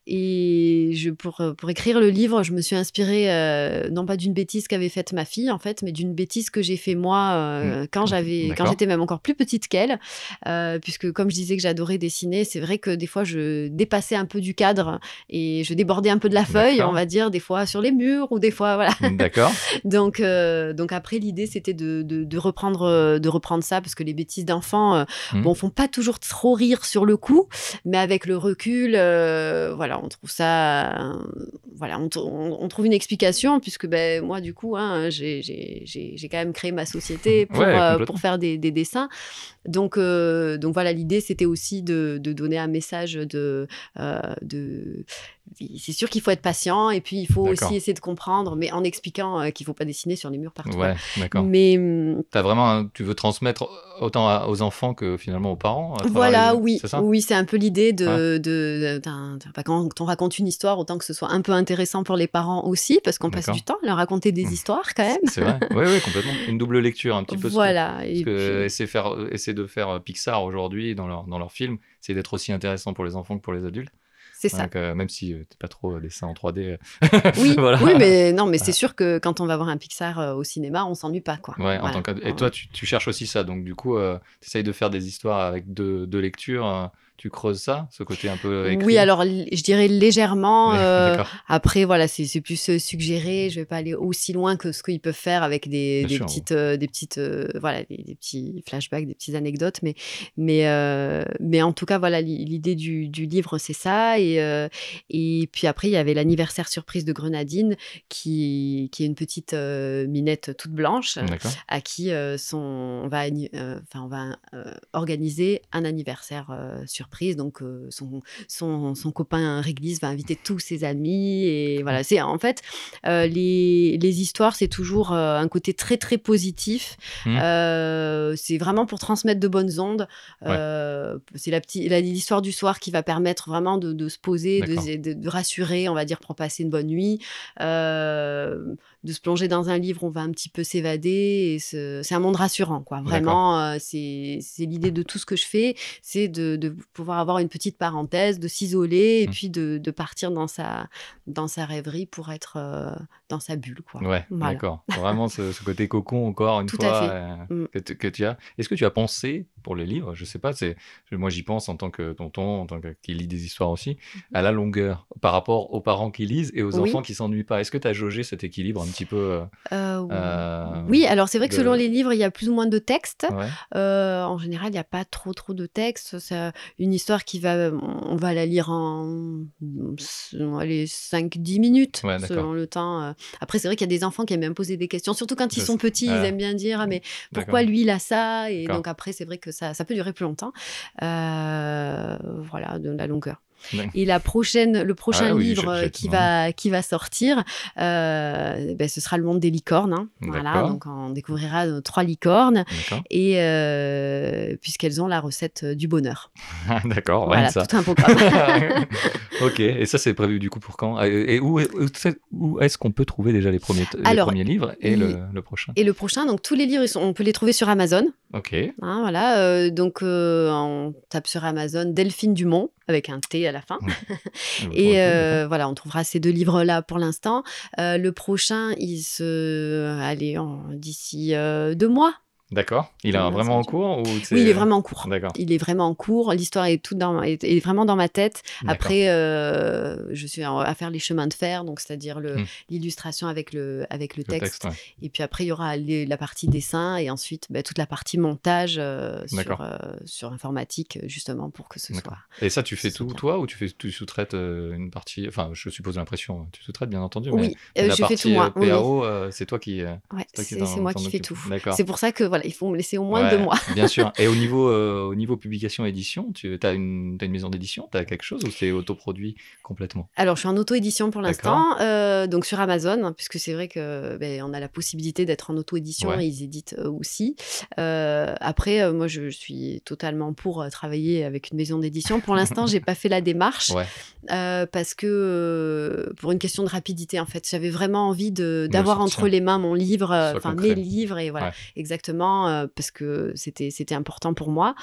et je, pour, pour écrire le livre, je me suis inspirée euh, non pas d'une bêtise qu'avait faite ma fille, en fait, mais d'une bêtise que j'ai fait moi euh, mmh. quand, j'avais, quand j'étais même encore plus petite qu'elle. Euh, puisque, comme je disais que j'adorais dessiner, c'est vrai que des fois, je dépassais un peu du cadre et je débordais un peu de la feuille, d'accord. on va dire, des fois sur les murs ou des fois, voilà. D'accord. donc, euh, donc, après, l'idée, c'était de, de, de, reprendre, de reprendre ça, parce que les bêtises d'enfants, euh, mmh. bon, font pas toujours trop rire sur le coup, mais avec le recul, euh, voilà, on trouve ça... Euh, voilà, on, on, on trouve une explication, puisque ben, moi, du coup, hein, j'ai, j'ai, j'ai, j'ai quand même créé ma société pour, ouais, euh, pour faire des, des dessins. Donc, euh, donc voilà, l'idée, c'était aussi de, de donner un message de, euh, de... C'est sûr qu'il faut être patient et puis il faut d'accord. aussi essayer de comprendre, mais en expliquant euh, qu'il ne faut pas dessiner sur les murs partout. Ouais, d'accord. Mais T'as vraiment, un, tu veux transmettre autant à, aux enfants que finalement aux parents. Voilà, les... oui, c'est ça oui, c'est un peu l'idée de, ouais. de, de, de quand on raconte une histoire, autant que ce soit un peu intéressant pour les parents aussi, parce qu'on d'accord. passe du temps à leur raconter des histoires quand même. C'est vrai, oui, oui, complètement. Une double lecture un petit peu. Voilà. Parce que, parce que puis... essayer, faire, essayer de faire Pixar aujourd'hui dans leur, dans leur film, c'est d'être aussi intéressant pour les enfants que pour les adultes. C'est ça. Donc, euh, même si euh, t'es pas trop euh, dessin en trois D. oui, voilà. oui, mais non, mais c'est sûr que quand on va voir un Pixar euh, au cinéma, on s'ennuie pas, quoi. Ouais, voilà. en tant que... Et toi, tu, tu cherches aussi ça. Donc, du coup, euh, tu essayes de faire des histoires avec deux, deux lectures. Euh, tu creuses ça, ce côté un peu écrit? Oui, alors je dirais légèrement. Euh, après, voilà, c'est, c'est plus euh, suggéré. Je vais pas aller aussi loin que ce qu'ils peuvent faire avec des, des, sûr, petites, ouais. euh, des petites, euh, voilà, des, des petits flashbacks, des petites anecdotes. Mais, mais, euh, mais en tout cas, voilà, l'idée du, du livre, c'est ça. Et, euh, et puis après, il y avait l'anniversaire surprise de Grenadine, qui, qui est une petite euh, minette toute blanche, d'accord. à qui euh, son, on va, euh, on va euh, organiser un anniversaire euh, surprise. Donc euh, son, son, son copain Réglisse va inviter tous ses amis et voilà, c'est en fait euh, les, les histoires, c'est toujours euh, un côté très très positif. Mmh. Euh, c'est vraiment pour transmettre de bonnes ondes. Euh, ouais. C'est la petite, la, l'histoire du soir qui va permettre vraiment de, de se poser, de, de, de rassurer, on va dire, pour passer une bonne nuit. Euh, de se plonger dans un livre, on va un petit peu s'évader. Et se... C'est un monde rassurant, quoi. Vraiment, euh, c'est, c'est l'idée de tout ce que je fais, c'est de, de pouvoir avoir une petite parenthèse, de s'isoler et Mmh. puis de, de partir dans sa, dans sa rêverie pour être euh, dans sa bulle, quoi. Ouais, Voilà. d'accord. Vraiment ce, ce côté cocon encore une Tout fois à fait. euh, Mm. que, tu- que tu as. Est-ce que tu as pensé pour les livres, je sais pas, c'est moi j'y pense en tant que tonton, en tant que qui lit des histoires aussi, à la longueur par rapport aux parents qui lisent et aux Oui. enfants qui s'ennuient pas. Est-ce que tu as jaugé cet équilibre un petit peu euh, Euh, euh, oui, alors c'est vrai que de- selon les livres, il y a plus ou moins de textes. Ouais, Euh, en général, il n'y a pas trop trop de textes. C'est une histoire qui va, on va la lire en allez, cinq dix minutes Ouais, d'accord. selon le temps. Euh. Après, c'est vrai qu'il y a des enfants qui aiment bien poser des questions, surtout quand ils Ça, sont c'est- petits, ah, ils aiment bien dire ah, mais pourquoi d'accord. lui il a ça et D'accord. donc après, c'est vrai que ça, ça peut durer plus longtemps. Euh, voilà, de la longueur. Ouais. Et la prochaine, le prochain Ah oui, livre j'ai- j'ai qui demandé. va, qui va sortir, euh, ben, ce sera Le Monde des licornes. Hein. Voilà, D'accord. donc on découvrira nos trois licornes D'accord. et euh, puisqu'elles ont la recette du bonheur. D'accord, rien Voilà, de ça. tout un programme. Ok, et ça c'est prévu du coup pour quand? Et et où, est- où c'est- où est-ce qu'on peut trouver déjà les premiers, les Alors, premiers livres et il- le, le prochain? Et le prochain, donc tous les livres, ils sont- on peut les trouver sur Amazon. Ok, Hein, voilà, euh, donc euh, on tape sur Amazon Delphine Dumont avec un T à la fin. Le Et premier, euh, voilà, on trouvera ces deux livres-là pour l'instant. Euh, le prochain, il se, allez, en- d'ici euh, deux mois. d'accord. Il est Voilà, vraiment en ça, cours ou Oui, il est vraiment en cours. D'accord. Il est vraiment en cours. L'histoire est, tout dans, est, est vraiment dans ma tête. D'accord. Après, euh, je suis à faire les chemins de fer, donc c'est-à-dire le- Hmm. l'illustration avec le, avec le Le texte. texte, ouais. Et puis après, il y aura les- la partie dessin et ensuite bah, toute la partie montage euh, sur, D'accord. euh, sur informatique, justement, pour que ce D'accord. soit. Et ça, tu fais c'est tout bien. toi ou tu fais tu sous-traites euh, une partie? Enfin, je suppose l'impression. Tu sous-traites bien entendu, mais, Oui, mais euh, la je fais partie tout moi. euh, Oui, P A oui. O, euh, c'est toi qui. euh, Ouais, toi qui c'est t'en- c'est moi t'en qui fais occupes. tout. D'accord. C'est pour ça que voilà, il faut me laisser au moins Ouais, deux mois. bien sûr. Et au niveau, euh, au niveau publication édition, tu as une, t'as une maison d'édition, tu as quelque chose ou c'est autoproduit complètement? Alors, je suis en auto-édition pour D'accord. l'instant, euh, donc sur Amazon, hein, puisque c'est vrai que ben, on a la possibilité d'être en auto-édition, Ouais. et ils éditent euh, aussi. Euh, après, euh, moi, je suis totalement pour euh, travailler avec une maison d'édition. Pour l'instant, j'ai pas fait la démarche Ouais. euh, parce que euh, pour une question de rapidité, en fait, j'avais vraiment envie de De d'avoir sortir. entre les mains mon livre, euh, Soit enfin concret. mes livres, et voilà, Ouais. exactement, euh, parce que c'était c'était important pour moi.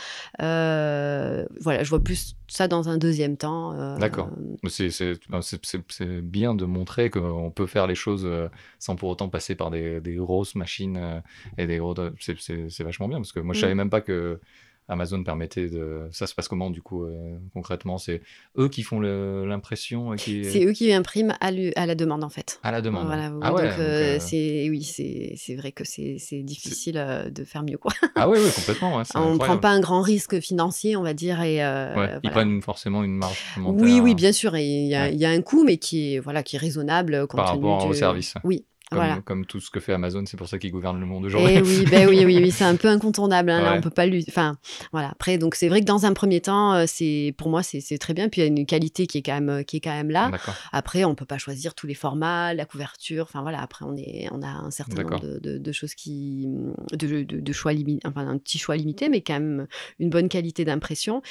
Euh, voilà, je vois plus ça dans un deuxième temps. euh, D'accord. Mais C'est c'est- ben, c'est- c'est- c'est bien de montrer qu'on peut faire les choses euh, sans pour autant passer par des, des grosses machines euh, et des gros. C'est c'est- c'est vachement bien parce que moi je Mm. savais même pas que Amazon permettait de. Ça se passe comment du coup euh, concrètement? C'est eux qui font le- l'impression et qui. C'est eux qui impriment à, lu- à la demande, en fait. À la demande. Voilà, oui, Ah ouais. donc, donc, euh, euh, c'est oui, c'est c'est vrai que c'est c'est difficile euh, de faire mieux, quoi. Ah ouais, ouais, complètement. Ouais, c'est On ne prend incroyable. pas un grand risque financier, on va dire, et euh, Ouais, ils voilà. prennent forcément une marge supplémentaire. Oui, oui, bien sûr, et il y, a- Ouais. il y a un coût, mais qui est voilà, qui est raisonnable compte Par tenu rapport au du- service. Oui. Comme, Voilà. comme tout ce que fait Amazon, c'est pour ça qu'ils gouvernent le monde aujourd'hui. Et oui, ben oui, oui, oui, c'est un peu incontournable. Hein, Là, Ouais. on peut pas lui. Enfin, voilà. Après, donc c'est vrai que dans un premier temps, euh, c'est pour moi, c'est c'est très bien. Puis il y a une qualité qui est quand même, qui est quand même là. D'accord. Après, on peut pas choisir tous les formats, la couverture. Enfin voilà. Après, on est, on a un certain D'accord. nombre de, de- de choses qui, de, de, de choix limités, enfin un petit choix limité, mais quand même une bonne qualité d'impression.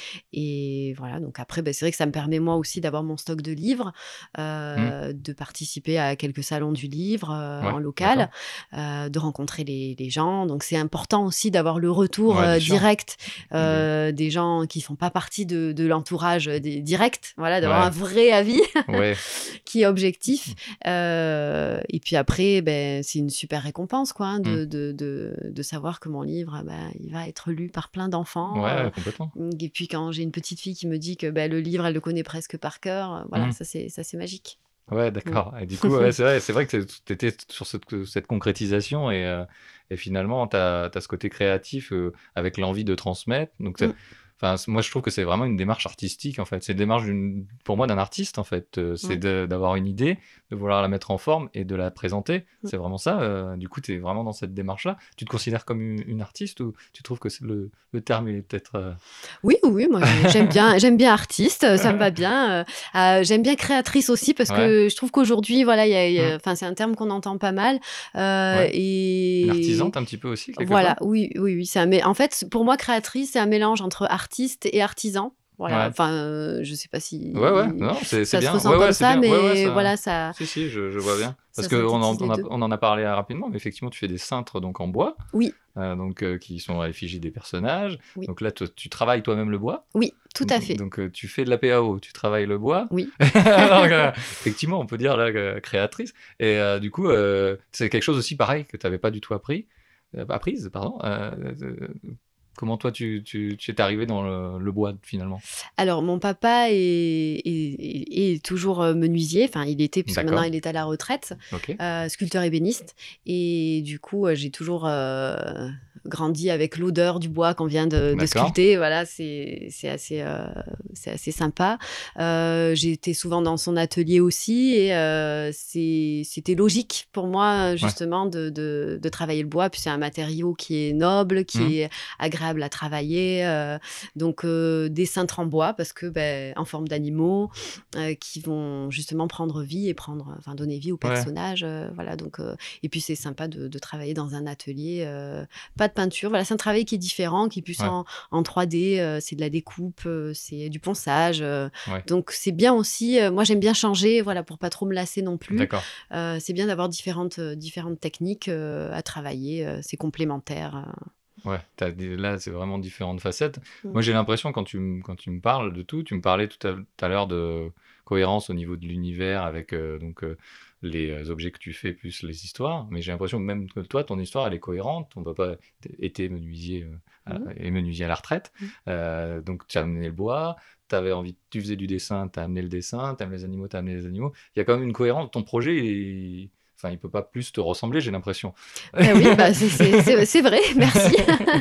Et voilà. Donc après, ben, c'est vrai que ça me permet moi aussi d'avoir mon stock de livres, euh, de participer à quelques salons du livre euh, Ouais, en local. d'accord. Euh, de rencontrer les, les gens. Donc, c'est important aussi d'avoir le retour Ouais, bien euh, sûr. direct euh, des gens qui font pas partie de, de l'entourage euh, des, direct. Voilà, d'avoir Ouais. un vrai avis Ouais. qui est objectif. Euh, et puis après, ben, c'est une super récompense, quoi, hein, de, Mm. de, de, de savoir que mon livre, ben, il va être lu par plein d'enfants. Ouais, Euh, complètement. et puis, quand j'ai une petite fille qui me dit que ben, le livre, elle le connaît presque par cœur, euh, voilà, Mm. ça, c'est, ça, c'est magique. Ouais, d'accord. Et du coup, ouais, c'est vrai, c'est vrai que tu étais sur cette, cette concrétisation et, euh, et finalement, tu as ce côté créatif euh, avec l'envie de transmettre. Donc, c'est- Mm. enfin, c- moi, je trouve que c'est vraiment une démarche artistique, en fait. C'est une démarche, d'une- pour moi, d'un artiste, en fait. Euh, c'est Ouais. de- d'avoir une idée, de vouloir la mettre en forme et de la présenter. Mm. C'est vraiment ça. euh, du coup, tu es vraiment dans cette démarche-là. Tu te considères comme une, une artiste ou tu trouves que c'est le, le terme il est peut-être... euh, Oui, oui, moi j'aime bien, j'aime bien artiste, ça me va bien. Euh, euh, j'aime bien créatrice aussi parce que je trouve qu'aujourd'hui, voilà, il y a, il y a- Mm. enfin, c'est un terme qu'on entend pas mal. Euh, Ouais. et Une artisante, un petit peu aussi, quelque voilà, part oui, oui, oui. C'est un mé- En fait, pour moi, créatrice, c'est un mélange entre artiste et artisan. Voilà. Ouais. Enfin, euh, je sais pas si Ouais, ouais, non, c'est, c'est ça bien. se ressent ouais, comme ouais, ça, c'est bien. mais Ouais, ouais, ça... voilà, ça. Si, si, je, je vois bien. Parce Ça qu'on en, synthétise on, les a, deux. on en a parlé rapidement, mais effectivement, tu fais des cintres donc, en bois, Oui. euh, donc, euh, qui sont à l'effigie des personnages. Oui. Donc là, tu, tu travailles toi-même le bois. Oui, tout à fait. Donc, euh, tu fais de la P A O, tu travailles le bois. Oui. donc, euh, effectivement, on peut dire là, euh, créatrice. Et euh, du coup, euh, c'est quelque chose aussi pareil que tu n'avais pas du tout appris, euh, apprise, pardon. Euh, euh, Comment toi, tu, tu, tu es arrivé dans le, le bois, finalement? Alors, mon papa est, est, est, est toujours menuisier. Enfin, il était, puisque D'accord. maintenant, il est à la retraite, Ok. euh, sculpteur ébéniste. Et du coup, euh, j'ai toujours euh, grandi avec l'odeur du bois qu'on vient de, de D'accord. sculpter. Voilà, c'est, c'est, assez, euh, c'est assez sympa. Euh, j'ai été souvent dans son atelier aussi. Et euh, c'est, c'était logique pour moi, justement, de, de, de travailler le bois. Puis c'est un matériau qui est noble, qui Mmh. est agréable à travailler, euh, donc euh, des cintres en bois parce que ben, en forme d'animaux euh, qui vont justement prendre vie et prendre, enfin donner vie aux personnages, ouais. euh, voilà donc euh, et puis c'est sympa de, de travailler dans un atelier, euh, pas de peinture, voilà c'est un travail qui est différent, qui est plus ouais. en, en trois D, euh, c'est de la découpe, euh, c'est du ponçage, euh, ouais. donc c'est bien aussi. Euh, moi j'aime bien changer, voilà pour pas trop me lasser non plus. D'accord. Euh, c'est bien d'avoir différentes différentes techniques euh, à travailler, euh, c'est complémentaire. Euh. Ouais, t'as des, là, c'est vraiment différentes facettes. Mmh. Moi, j'ai l'impression, quand tu, quand tu me parles de tout, tu me parlais tout à, tout à l'heure de cohérence au niveau de l'univers avec euh, donc, euh, les objets que tu fais plus les histoires. Mais j'ai l'impression que même que toi, ton histoire, elle est cohérente. Ton papa était menuisier, euh, à, mmh. et menuisier à la retraite. Mmh. Euh, donc, tu as amené le bois. T'avais envie, tu faisais du dessin, tu as amené le dessin. Tu aimes les animaux, tu as amené les animaux. Il y a quand même une cohérence. Ton projet, il est... Enfin, il ne peut pas plus te ressembler, j'ai l'impression. Ben oui, bah c'est, c'est, c'est, c'est vrai, merci.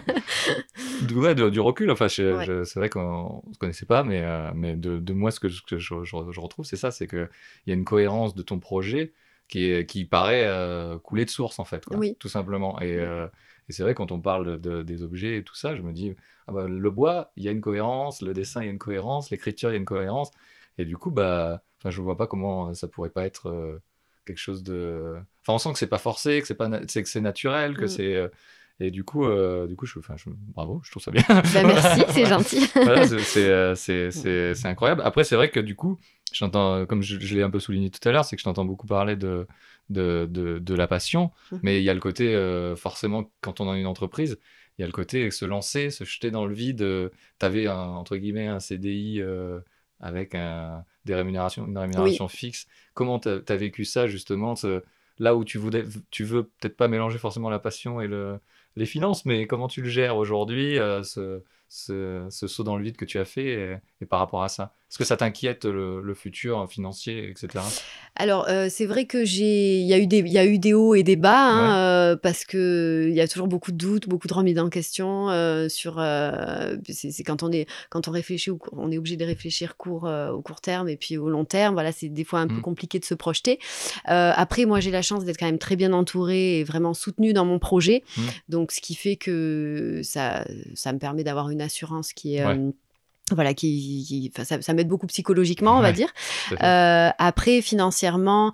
Ouais, de, du recul, enfin, je, ouais. je, c'est vrai qu'on ne se connaissait pas, mais, euh, mais de, de moi, ce que, je, que je, je, je retrouve, c'est ça, c'est qu'il y a une cohérence de ton projet qui, est, qui paraît euh, couler de source, en fait, quoi, oui. tout simplement. Et, euh, et c'est vrai, quand on parle de, de, des objets et tout ça, je me dis, ah bah, le bois, il y a une cohérence, le dessin, il y a une cohérence, l'écriture, il y a une cohérence. Et du coup, bah, je ne vois pas comment ça pourrait pas être... Euh, quelque chose de... Enfin, on sent que c'est pas forcé, que c'est, pas na... c'est, que c'est naturel, que mm. c'est... Euh... Et du coup, euh, du coup je... Enfin, je... bravo, je trouve ça bien. Bah, merci, c'est gentil. Voilà, c'est, c'est, c'est, c'est, c'est incroyable. Après, c'est vrai que du coup, j'entends, comme je, je l'ai un peu souligné tout à l'heure, c'est que je t'entends beaucoup parler de, de, de, de la passion, mm. mais il y a le côté, euh, forcément, quand on a une entreprise, il y a le côté se lancer, se jeter dans le vide. Euh, t'avais, un, entre guillemets, un C D I... Euh, avec un, des rémunérations, une rémunération oui. fixe. Comment tu as vécu ça, justement, ce, là où tu, voulais, tu veux peut-être pas mélanger forcément la passion et le, les finances, mais comment tu le gères aujourd'hui, euh, ce, ce, ce saut dans le vide que tu as fait, et, et par rapport à ça? Est-ce que ça t'inquiète, le, le futur financier, et cetera? Alors, euh, c'est vrai que j'ai... Il y a eu des, il y a eu des hauts et des bas, hein, ouais. euh, parce qu'il y a toujours beaucoup de doutes, beaucoup de remises en question euh, sur... Euh, c'est, c'est quand on est, quand on réfléchit, on est obligé de réfléchir court, euh, au court terme et puis au long terme. Voilà, c'est des fois un mmh. peu compliqué de se projeter. Euh, après, moi, j'ai la chance d'être quand même très bien entourée et vraiment soutenue dans mon projet. Mmh. Donc, ce qui fait que ça, ça me permet d'avoir une assurance qui est... Ouais. Euh, Voilà, qui, qui, ça, ça m'aide beaucoup psychologiquement, on ouais, va dire. Euh, après, financièrement,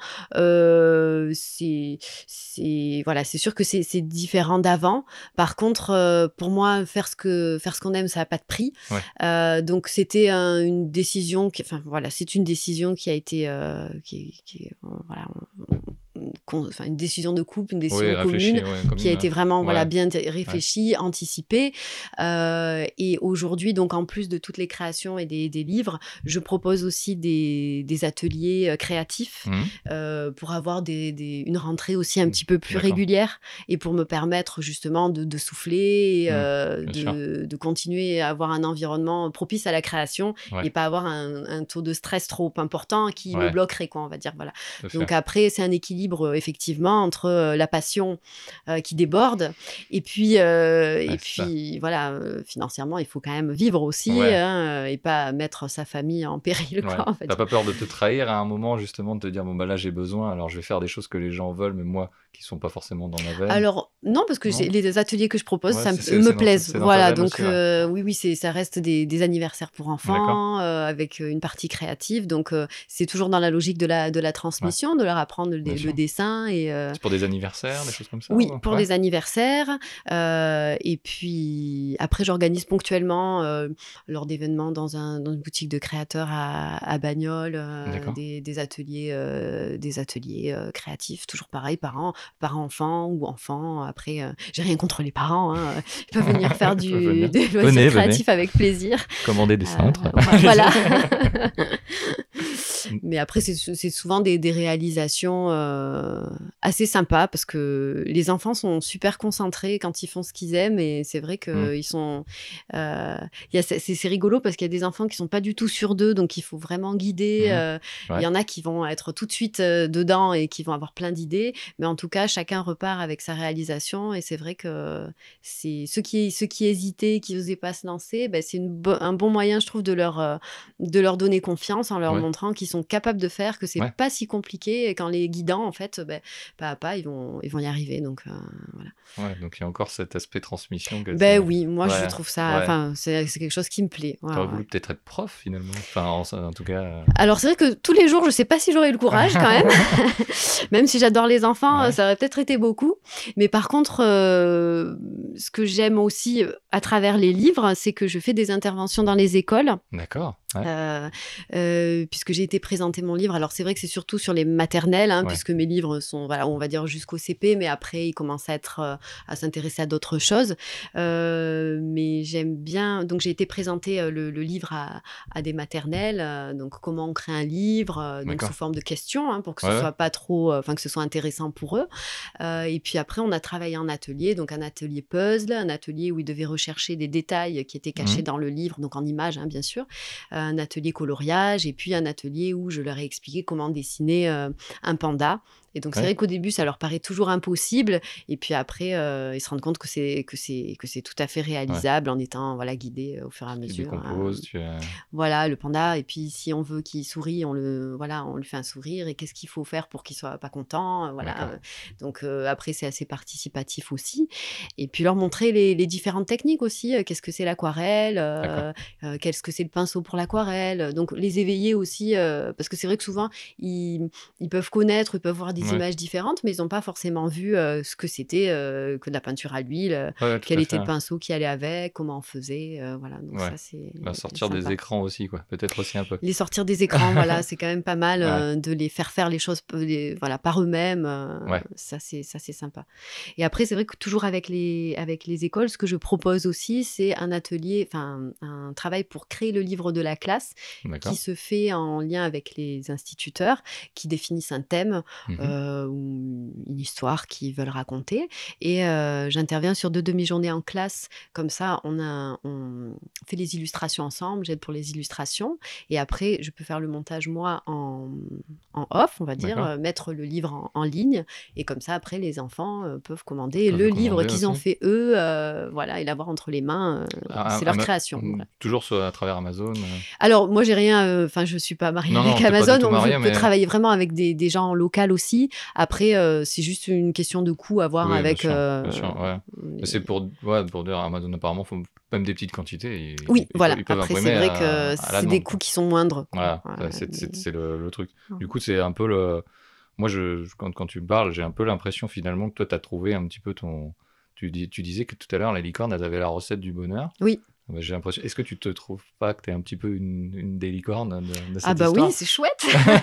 euh, c'est, c'est, voilà, c'est sûr que c'est, c'est différent d'avant. Par contre, euh, pour moi, faire ce que, faire ce qu'on aime, ça n'a pas de prix. Ouais. Euh, donc, c'était un, une décision, qui, enfin voilà, c'est une décision qui a été, euh, qui, qui, euh, voilà. On, Enfin, une décision de couple, une décision oui, commune, ouais, qui a été vraiment ouais. voilà, bien réfléchie, ouais. anticipée. Euh, et aujourd'hui, donc, en plus de toutes les créations et des, des livres, je propose aussi des, des ateliers euh, créatifs mmh. euh, pour avoir des, des, une rentrée aussi un petit peu plus D'accord. régulière et pour me permettre justement de, de souffler, et, euh, mmh, de, de continuer à avoir un environnement propice à la création ouais. et pas avoir un, un taux de stress trop important qui ouais. me bloquerait, quoi, on va dire. Voilà. Donc après, c'est un équilibre effectivement entre euh, la passion euh, qui déborde et puis euh, ouais, et puis ça. Voilà euh, financièrement il faut quand même vivre aussi ouais. hein, et pas mettre sa famille en péril, quoi, ouais. en fait. T'as pas peur de te trahir à un moment, justement, de te dire bon bah là j'ai besoin, alors je vais faire des choses que les gens veulent, mais moi qui sont pas forcément dans la veine? Alors non, parce que j'ai, les ateliers que je propose, ouais, ça c'est, me, c'est, me c'est plaisent. Dans, voilà, donc aussi, ouais. euh, oui, oui, c'est, ça reste des, des anniversaires pour enfants euh, avec une partie créative. Donc euh, c'est toujours dans la logique de la, de la transmission, ouais. de leur apprendre le, le dessin. Et, euh... C'est pour des anniversaires, des choses comme ça? Oui, ou... pour ouais. des anniversaires. Euh, et puis après, j'organise ponctuellement euh, lors d'événements dans, un, dans une boutique de créateurs à, à Bagnoles, euh, des, des ateliers, euh, des ateliers euh, créatifs, toujours pareil, parents, parents-enfants ou enfants. Après, euh, j'ai rien contre les parents, hein. Ils peuvent venir faire du, venir. des loisirs créatifs avec plaisir. Commander des cintres. Euh, voilà. Mais après, c'est, c'est souvent des, des réalisations euh, assez sympas parce que les enfants sont super concentrés quand ils font ce qu'ils aiment et c'est vrai qu'ils mmh. sont... Euh, y a, c'est, c'est rigolo parce qu'il y a des enfants qui sont pas du tout sûrs d'eux, donc il faut vraiment guider. Il mmh. euh, ouais. y en a qui vont être tout de suite euh, dedans et qui vont avoir plein d'idées, mais en tout cas, chacun repart avec sa réalisation et c'est vrai que c'est ceux qui, ceux qui hésitaient, qui n'osaient pas se lancer, ben, c'est une bo- un bon moyen, je trouve, de leur, euh, de leur donner confiance en leur ouais. montrant qu'ils sont capables de faire, que c'est ouais. pas si compliqué et qu'en les guidant, en fait, ben, pas à pas, ils vont, ils vont y arriver. Donc, euh, voilà. Ouais, donc il y a encore cet aspect transmission. Que ben oui, moi ouais. je trouve ça, enfin, ouais. c'est, c'est quelque chose qui me plaît. Ouais, T'aurais ouais. voulu peut-être être prof finalement, enfin, en, en tout cas. Euh... Alors c'est vrai que tous les jours, je sais pas si j'aurais eu le courage quand même, même si j'adore les enfants, ouais. ça aurait peut-être été beaucoup. Mais par contre, euh, ce que j'aime aussi à travers les livres, c'est que je fais des interventions dans les écoles. D'accord. Ouais. Euh, euh, puisque j'ai été présenter mon livre. Alors c'est vrai que c'est surtout sur les maternelles, hein, ouais. puisque mes livres sont, voilà, on va dire jusqu'au C P, mais après ils commencent à être, euh, à s'intéresser à d'autres choses. Euh, mais j'aime bien. Donc j'ai été présenter euh, le, le livre à, à des maternelles. Euh, donc comment on crée un livre, euh, donc sous forme de questions, hein, pour que ce ouais. soit pas trop, enfin euh, que ce soit intéressant pour eux. Euh, et puis après on a travaillé en atelier, donc un atelier puzzle, un atelier où ils devaient rechercher des détails qui étaient cachés mmh. dans le livre, donc en images, hein, bien sûr. Euh, un atelier coloriage et puis un atelier où je leur ai expliqué comment dessiner euh, un panda. Et donc, ouais. c'est vrai qu'au début, ça leur paraît toujours impossible. Et puis après, euh, ils se rendent compte que c'est, que c'est, que c'est tout à fait réalisable ouais. en étant voilà, guidés au fur et à mesure. Tu décomposes, hein. tu as... Voilà, le panda. Et puis, si on veut qu'il sourie, on, le, voilà, on lui fait un sourire. Et qu'est-ce qu'il faut faire pour qu'il ne soit pas content voilà. D'accord. Donc, euh, après, c'est assez participatif aussi. Et puis, leur montrer les, les différentes techniques aussi. Qu'est-ce que c'est l'aquarelle euh, euh, Qu'est-ce que c'est le pinceau pour l'aquarelle. Donc, les éveiller aussi. Euh, parce que c'est vrai que souvent, ils, ils peuvent connaître, ils peuvent voir des ouais. images différentes, mais ils n'ont pas forcément vu euh, ce que c'était euh, que de la peinture à l'huile, euh, ouais, quel était fait, le ouais. pinceau qui allait avec, comment on faisait, euh, voilà. Donc ouais. ça c'est. Bah, sortir des écrans aussi, quoi. Peut-être aussi un peu. Les sortir des écrans, voilà, c'est quand même pas mal ouais. euh, de les faire faire les choses, les, voilà, par eux-mêmes. Euh, ouais. Ça c'est ça c'est sympa. Et après c'est vrai que toujours avec les avec les écoles, ce que je propose aussi, c'est un atelier, enfin un travail pour créer le livre de la classe, D'accord. qui se fait en lien avec les instituteurs, qui définissent un thème. Mmh. Euh, ou une histoire qu'ils veulent raconter. Et euh, j'interviens sur deux demi-journées en classe. Comme ça, on, a, on fait les illustrations ensemble, j'aide pour les illustrations. Et après, je peux faire le montage, moi, en, en off, on va dire, euh, mettre le livre en, en ligne. Et comme ça, après, les enfants euh, peuvent commander peuvent le commander livre qu'ils aussi. ont fait eux, euh, voilà, et l'avoir entre les mains. Euh, ah, c'est leur Ama- création. Voilà. Toujours sur, à travers Amazon euh... Alors, moi, j'ai rien... Enfin, euh, je ne suis pas mariée non, avec non, Amazon, donc marié, je mais... peux travailler vraiment avec des, des gens locaux aussi. Après, euh, c'est juste une question de coût à voir oui, avec... Bien sûr, euh, bien sûr, ouais. Mais c'est pour, ouais, pour dire Amazon, apparemment, il faut même des petites quantités. Et, oui, ils, voilà. Ils peuvent Après, c'est vrai à, que c'est demande. Des coûts qui sont moindres. Voilà, ouais, c'est, c'est, c'est le, le truc. Ouais. Du coup, c'est un peu le... Moi, je, quand, quand tu parles, j'ai un peu l'impression, finalement, que toi, tu as trouvé un petit peu ton... Tu, dis, tu disais que tout à l'heure, les licornes, elles avaient la recette du bonheur. Oui. Bah, j'ai l'impression... Est-ce que tu te trouves pas que tu es un petit peu une, une des licornes de, de cette Ah bah histoire ? Oui, c'est chouette.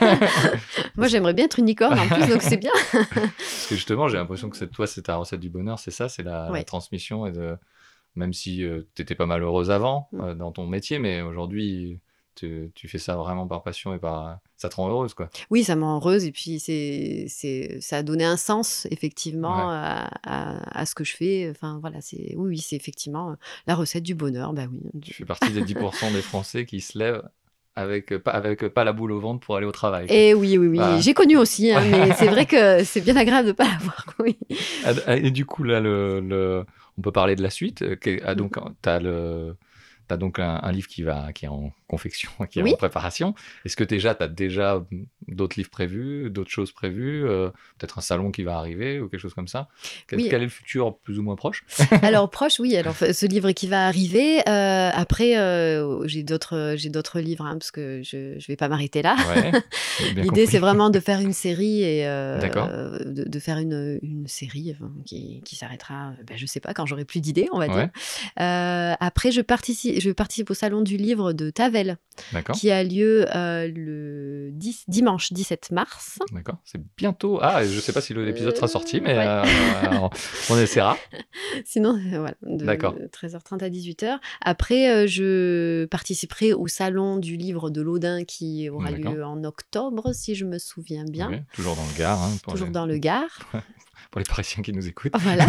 Moi, j'aimerais bien être une licorne en plus, donc c'est bien. Parce que justement, j'ai l'impression que c'est, toi, c'est ta recette du bonheur, c'est ça, c'est la, ouais. la transmission. Et de... Même si euh, tu étais pas malheureuse avant mm. euh, dans ton métier, mais aujourd'hui... Tu, tu fais ça vraiment par passion et par... Ça te rend heureuse, quoi. Oui, ça me rend heureuse. Et puis, c'est, c'est... ça a donné un sens, effectivement, ouais. à, à, à ce que je fais. Enfin, voilà, c'est... Oui, oui, c'est effectivement la recette du bonheur. Bah oui. Tu fais partie des dix pour cent des Français qui se lèvent avec pas, avec pas la boule au ventre pour aller au travail. Et oui, oui, oui. Bah... J'ai connu aussi, hein, mais c'est vrai que c'est bien agréable de ne pas l'avoir. Oui. Et du coup, là, le, le... on peut parler de la suite. Ah, donc, tu as le... Tu as donc un, un livre qui, va, qui est en confection, qui est oui. en préparation. Est-ce que déjà, tu as déjà d'autres livres prévus, d'autres choses prévues, euh, peut-être un salon qui va arriver ou quelque chose comme ça. Quel, oui. quel est le futur plus ou moins proche? Alors proche, oui. Alors ce livre qui va arriver. Euh, après, euh, j'ai d'autres, j'ai d'autres livres hein, parce que je je vais pas m'arrêter là. Ouais, L'idée, compris. c'est vraiment de faire une série et euh, D'accord. de, de faire une, une série enfin, qui, qui s'arrêtera. Ben, je sais pas quand j'aurai plus d'idées, on va Ouais. dire. Euh, après, je participe, je participe au salon du livre de Tavel, D'accord. qui a lieu euh, le dix, dimanche dix-sept mars. D'accord. C'est bientôt. Ah, je sais pas si l'épisode sera sorti, mais ouais. euh, on essaiera. Sinon, euh, voilà, de D'accord. treize heures trente à dix-huit heures. Après, euh, je participerai au salon du livre de l'Audin qui aura D'accord. lieu en octobre, si je me souviens bien. Oui, toujours dans le Gard. Hein, pour Toujours les... dans le Gard. pour les Parisiens qui nous écoutent. Voilà.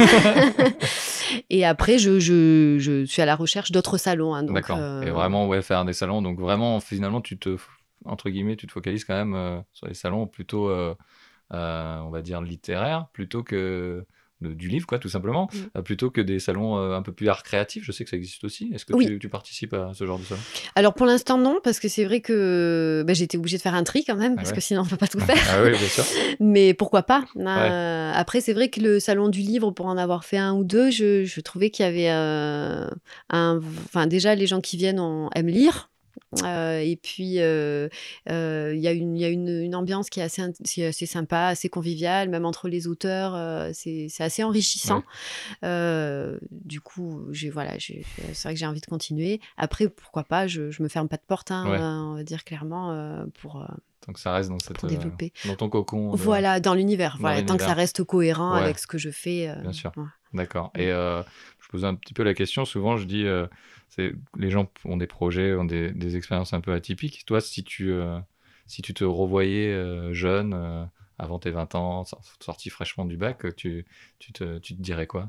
Et après, je, je, je suis à la recherche d'autres salons. Hein, donc, D'accord. euh, Et vraiment, ouais, faire des salons. Donc vraiment, finalement, tu te, entre guillemets, tu te focalises quand même euh, sur les salons plutôt, euh, euh, on va dire, littéraires, plutôt que de, du livre, quoi, tout simplement, Mm. euh, plutôt que des salons euh, un peu plus art créatif. Je sais que ça existe aussi. Est-ce que Oui. tu, tu participes à ce genre de salon? Alors pour l'instant, non, parce que c'est vrai que bah, j'ai été obligée de faire un tri quand même, Ah parce ouais. que sinon on ne peut pas tout faire. Ah oui, bien sûr. Mais pourquoi pas euh, Après, c'est vrai que le salon du livre, pour en avoir fait un ou deux, je, je trouvais qu'il y avait euh, un... Enfin, déjà, les gens qui viennent on, aiment lire. Euh, et puis, il euh, euh, y a, une, y a une, une ambiance qui est assez, c'est assez sympa, assez conviviale, même entre les auteurs, euh, c'est, c'est assez enrichissant. Ouais. Euh, du coup, j'ai, voilà, j'ai, c'est vrai que j'ai envie de continuer. Après, pourquoi pas, je ne me ferme pas de porte, hein, ouais. on va dire clairement, euh, pour... Euh, tant que ça reste dans, cette, pour développer. Euh, dans ton cocon. De... Voilà, dans l'univers. Dans voilà, l'univers. Tant que ça reste cohérent ouais. avec ce que je fais. Euh, Bien sûr. Ouais. D'accord. Et euh, je pose un petit peu la question. Souvent, je dis, euh, c'est, les gens ont des projets, ont des, des expériences un peu atypiques. Toi, si tu, euh, si tu te revoyais euh, jeune, euh, avant tes vingt ans, sorti fraîchement du bac, tu, tu, te, tu te dirais quoi?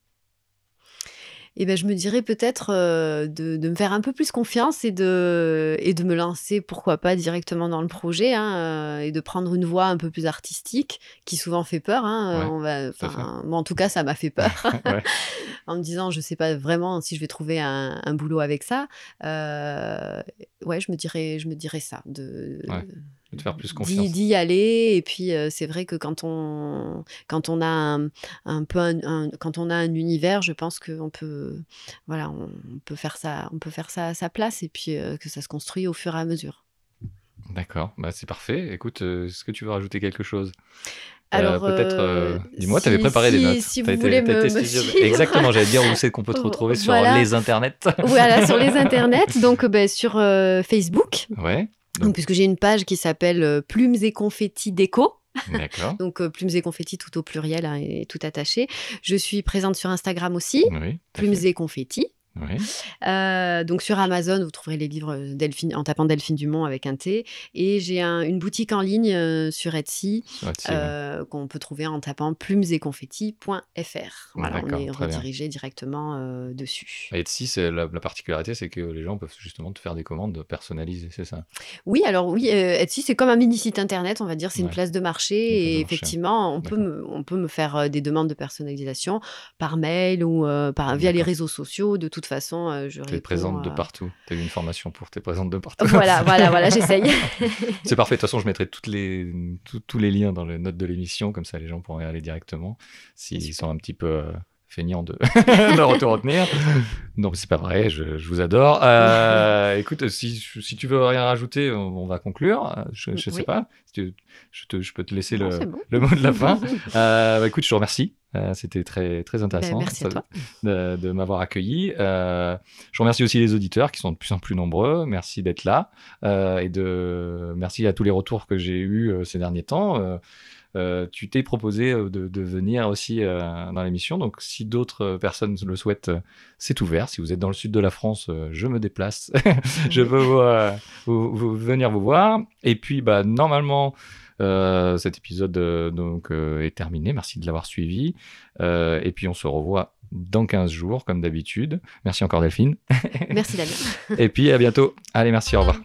Eh ben, je me dirais peut-être euh, de, de me faire un peu plus confiance et de, et de me lancer, pourquoi pas, directement dans le projet hein, euh, et de prendre une voie un peu plus artistique qui souvent fait peur. Hein, ouais, on va, moi, en tout cas, ça m'a fait peur ouais. en me disant, je ne sais pas vraiment si je vais trouver un, un boulot avec ça. Euh, ouais, je me dirais, je me dirais ça. De, ouais. De te faire plus confiance. D'y, d'y aller et puis euh, c'est vrai que quand on quand on a un, un peu un, un, quand on a un univers, je pense qu'on peut voilà on, on peut faire ça on peut faire ça à sa place et puis euh, que ça se construit au fur et à mesure. D'accord, bah c'est parfait. Écoute, euh, est-ce que tu veux rajouter quelque chose? Alors, euh, peut-être, euh, dis-moi, si, tu avais préparé si, des notes. Si t'as vous été, voulez me, été me suivre. Exactement, j'allais dire où c'est qu'on peut te retrouver sur voilà. les internets. Voilà, sur les internets, donc ben, sur euh, Facebook. Ouais. Donc, donc, puisque j'ai une page qui s'appelle euh, Plumes et Confettis Déco. D'accord. Donc, euh, Plumes et Confettis tout au pluriel hein, et tout attaché. Je suis présente sur Instagram aussi. Oui. Plumes et Confettis. Oui. Euh, donc sur Amazon, vous trouverez les livres Delphine, en tapant Delphine Dumont avec un T. Et j'ai un, une boutique en ligne euh, sur Etsy, sur Etsy euh, ouais. qu'on peut trouver en tapant plumes et confettis point f r. Voilà, on est redirigé bien. directement euh, dessus. Et Etsy, c'est la, la particularité, c'est que les gens peuvent justement te faire des commandes personnalisées, c'est ça? Oui, alors oui, euh, Etsy, c'est comme un mini site internet, on va dire, c'est ouais. une place de marché. Place et de marché. Effectivement, on peut, me, on peut me faire euh, des demandes de personnalisation par mail ou euh, par, via les réseaux sociaux, de toute De toute façon, euh, je réponds... T'es présente euh... de partout. T'as eu une formation pour t'es présente de partout. Voilà, voilà, voilà, j'essaye. C'est parfait. De toute façon, je mettrai toutes les, tout, tous les liens dans les notes de l'émission. Comme ça, les gens pourront y aller directement. S'ils sont un petit peu euh, feignants de, de auto-retenir. Non, mais c'est pas vrai. Je, je vous adore. Euh, écoute, si, si tu veux rien rajouter, on, on va conclure. Je ne sais oui. pas. Si tu, je, te, je peux te laisser non, le, bon. le mot de la fin. euh, bah, écoute, je te remercie. Euh, c'était très, très intéressant ben, merci à toi. de, de m'avoir accueilli. Euh, je remercie aussi les auditeurs qui sont de plus en plus nombreux. Merci d'être là. Euh, et de, merci à tous les retours que j'ai eus euh, ces derniers temps. Euh, euh, tu t'es proposé de, de venir aussi euh, dans l'émission. Donc, si d'autres personnes le souhaitent, c'est ouvert. Si vous êtes dans le sud de la France, euh, je me déplace. je veux vous, euh, vous, vous, venir vous voir. Et puis, bah, normalement... Euh, cet épisode euh, donc, euh, est terminé. Merci de l'avoir suivi. Euh, et puis, on se revoit dans quinze jours, comme d'habitude. Merci encore, Delphine. Merci, Damien. Et puis, à bientôt. Allez, merci, au revoir.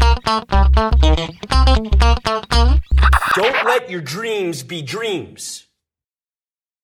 Don't let your dreams be dreams.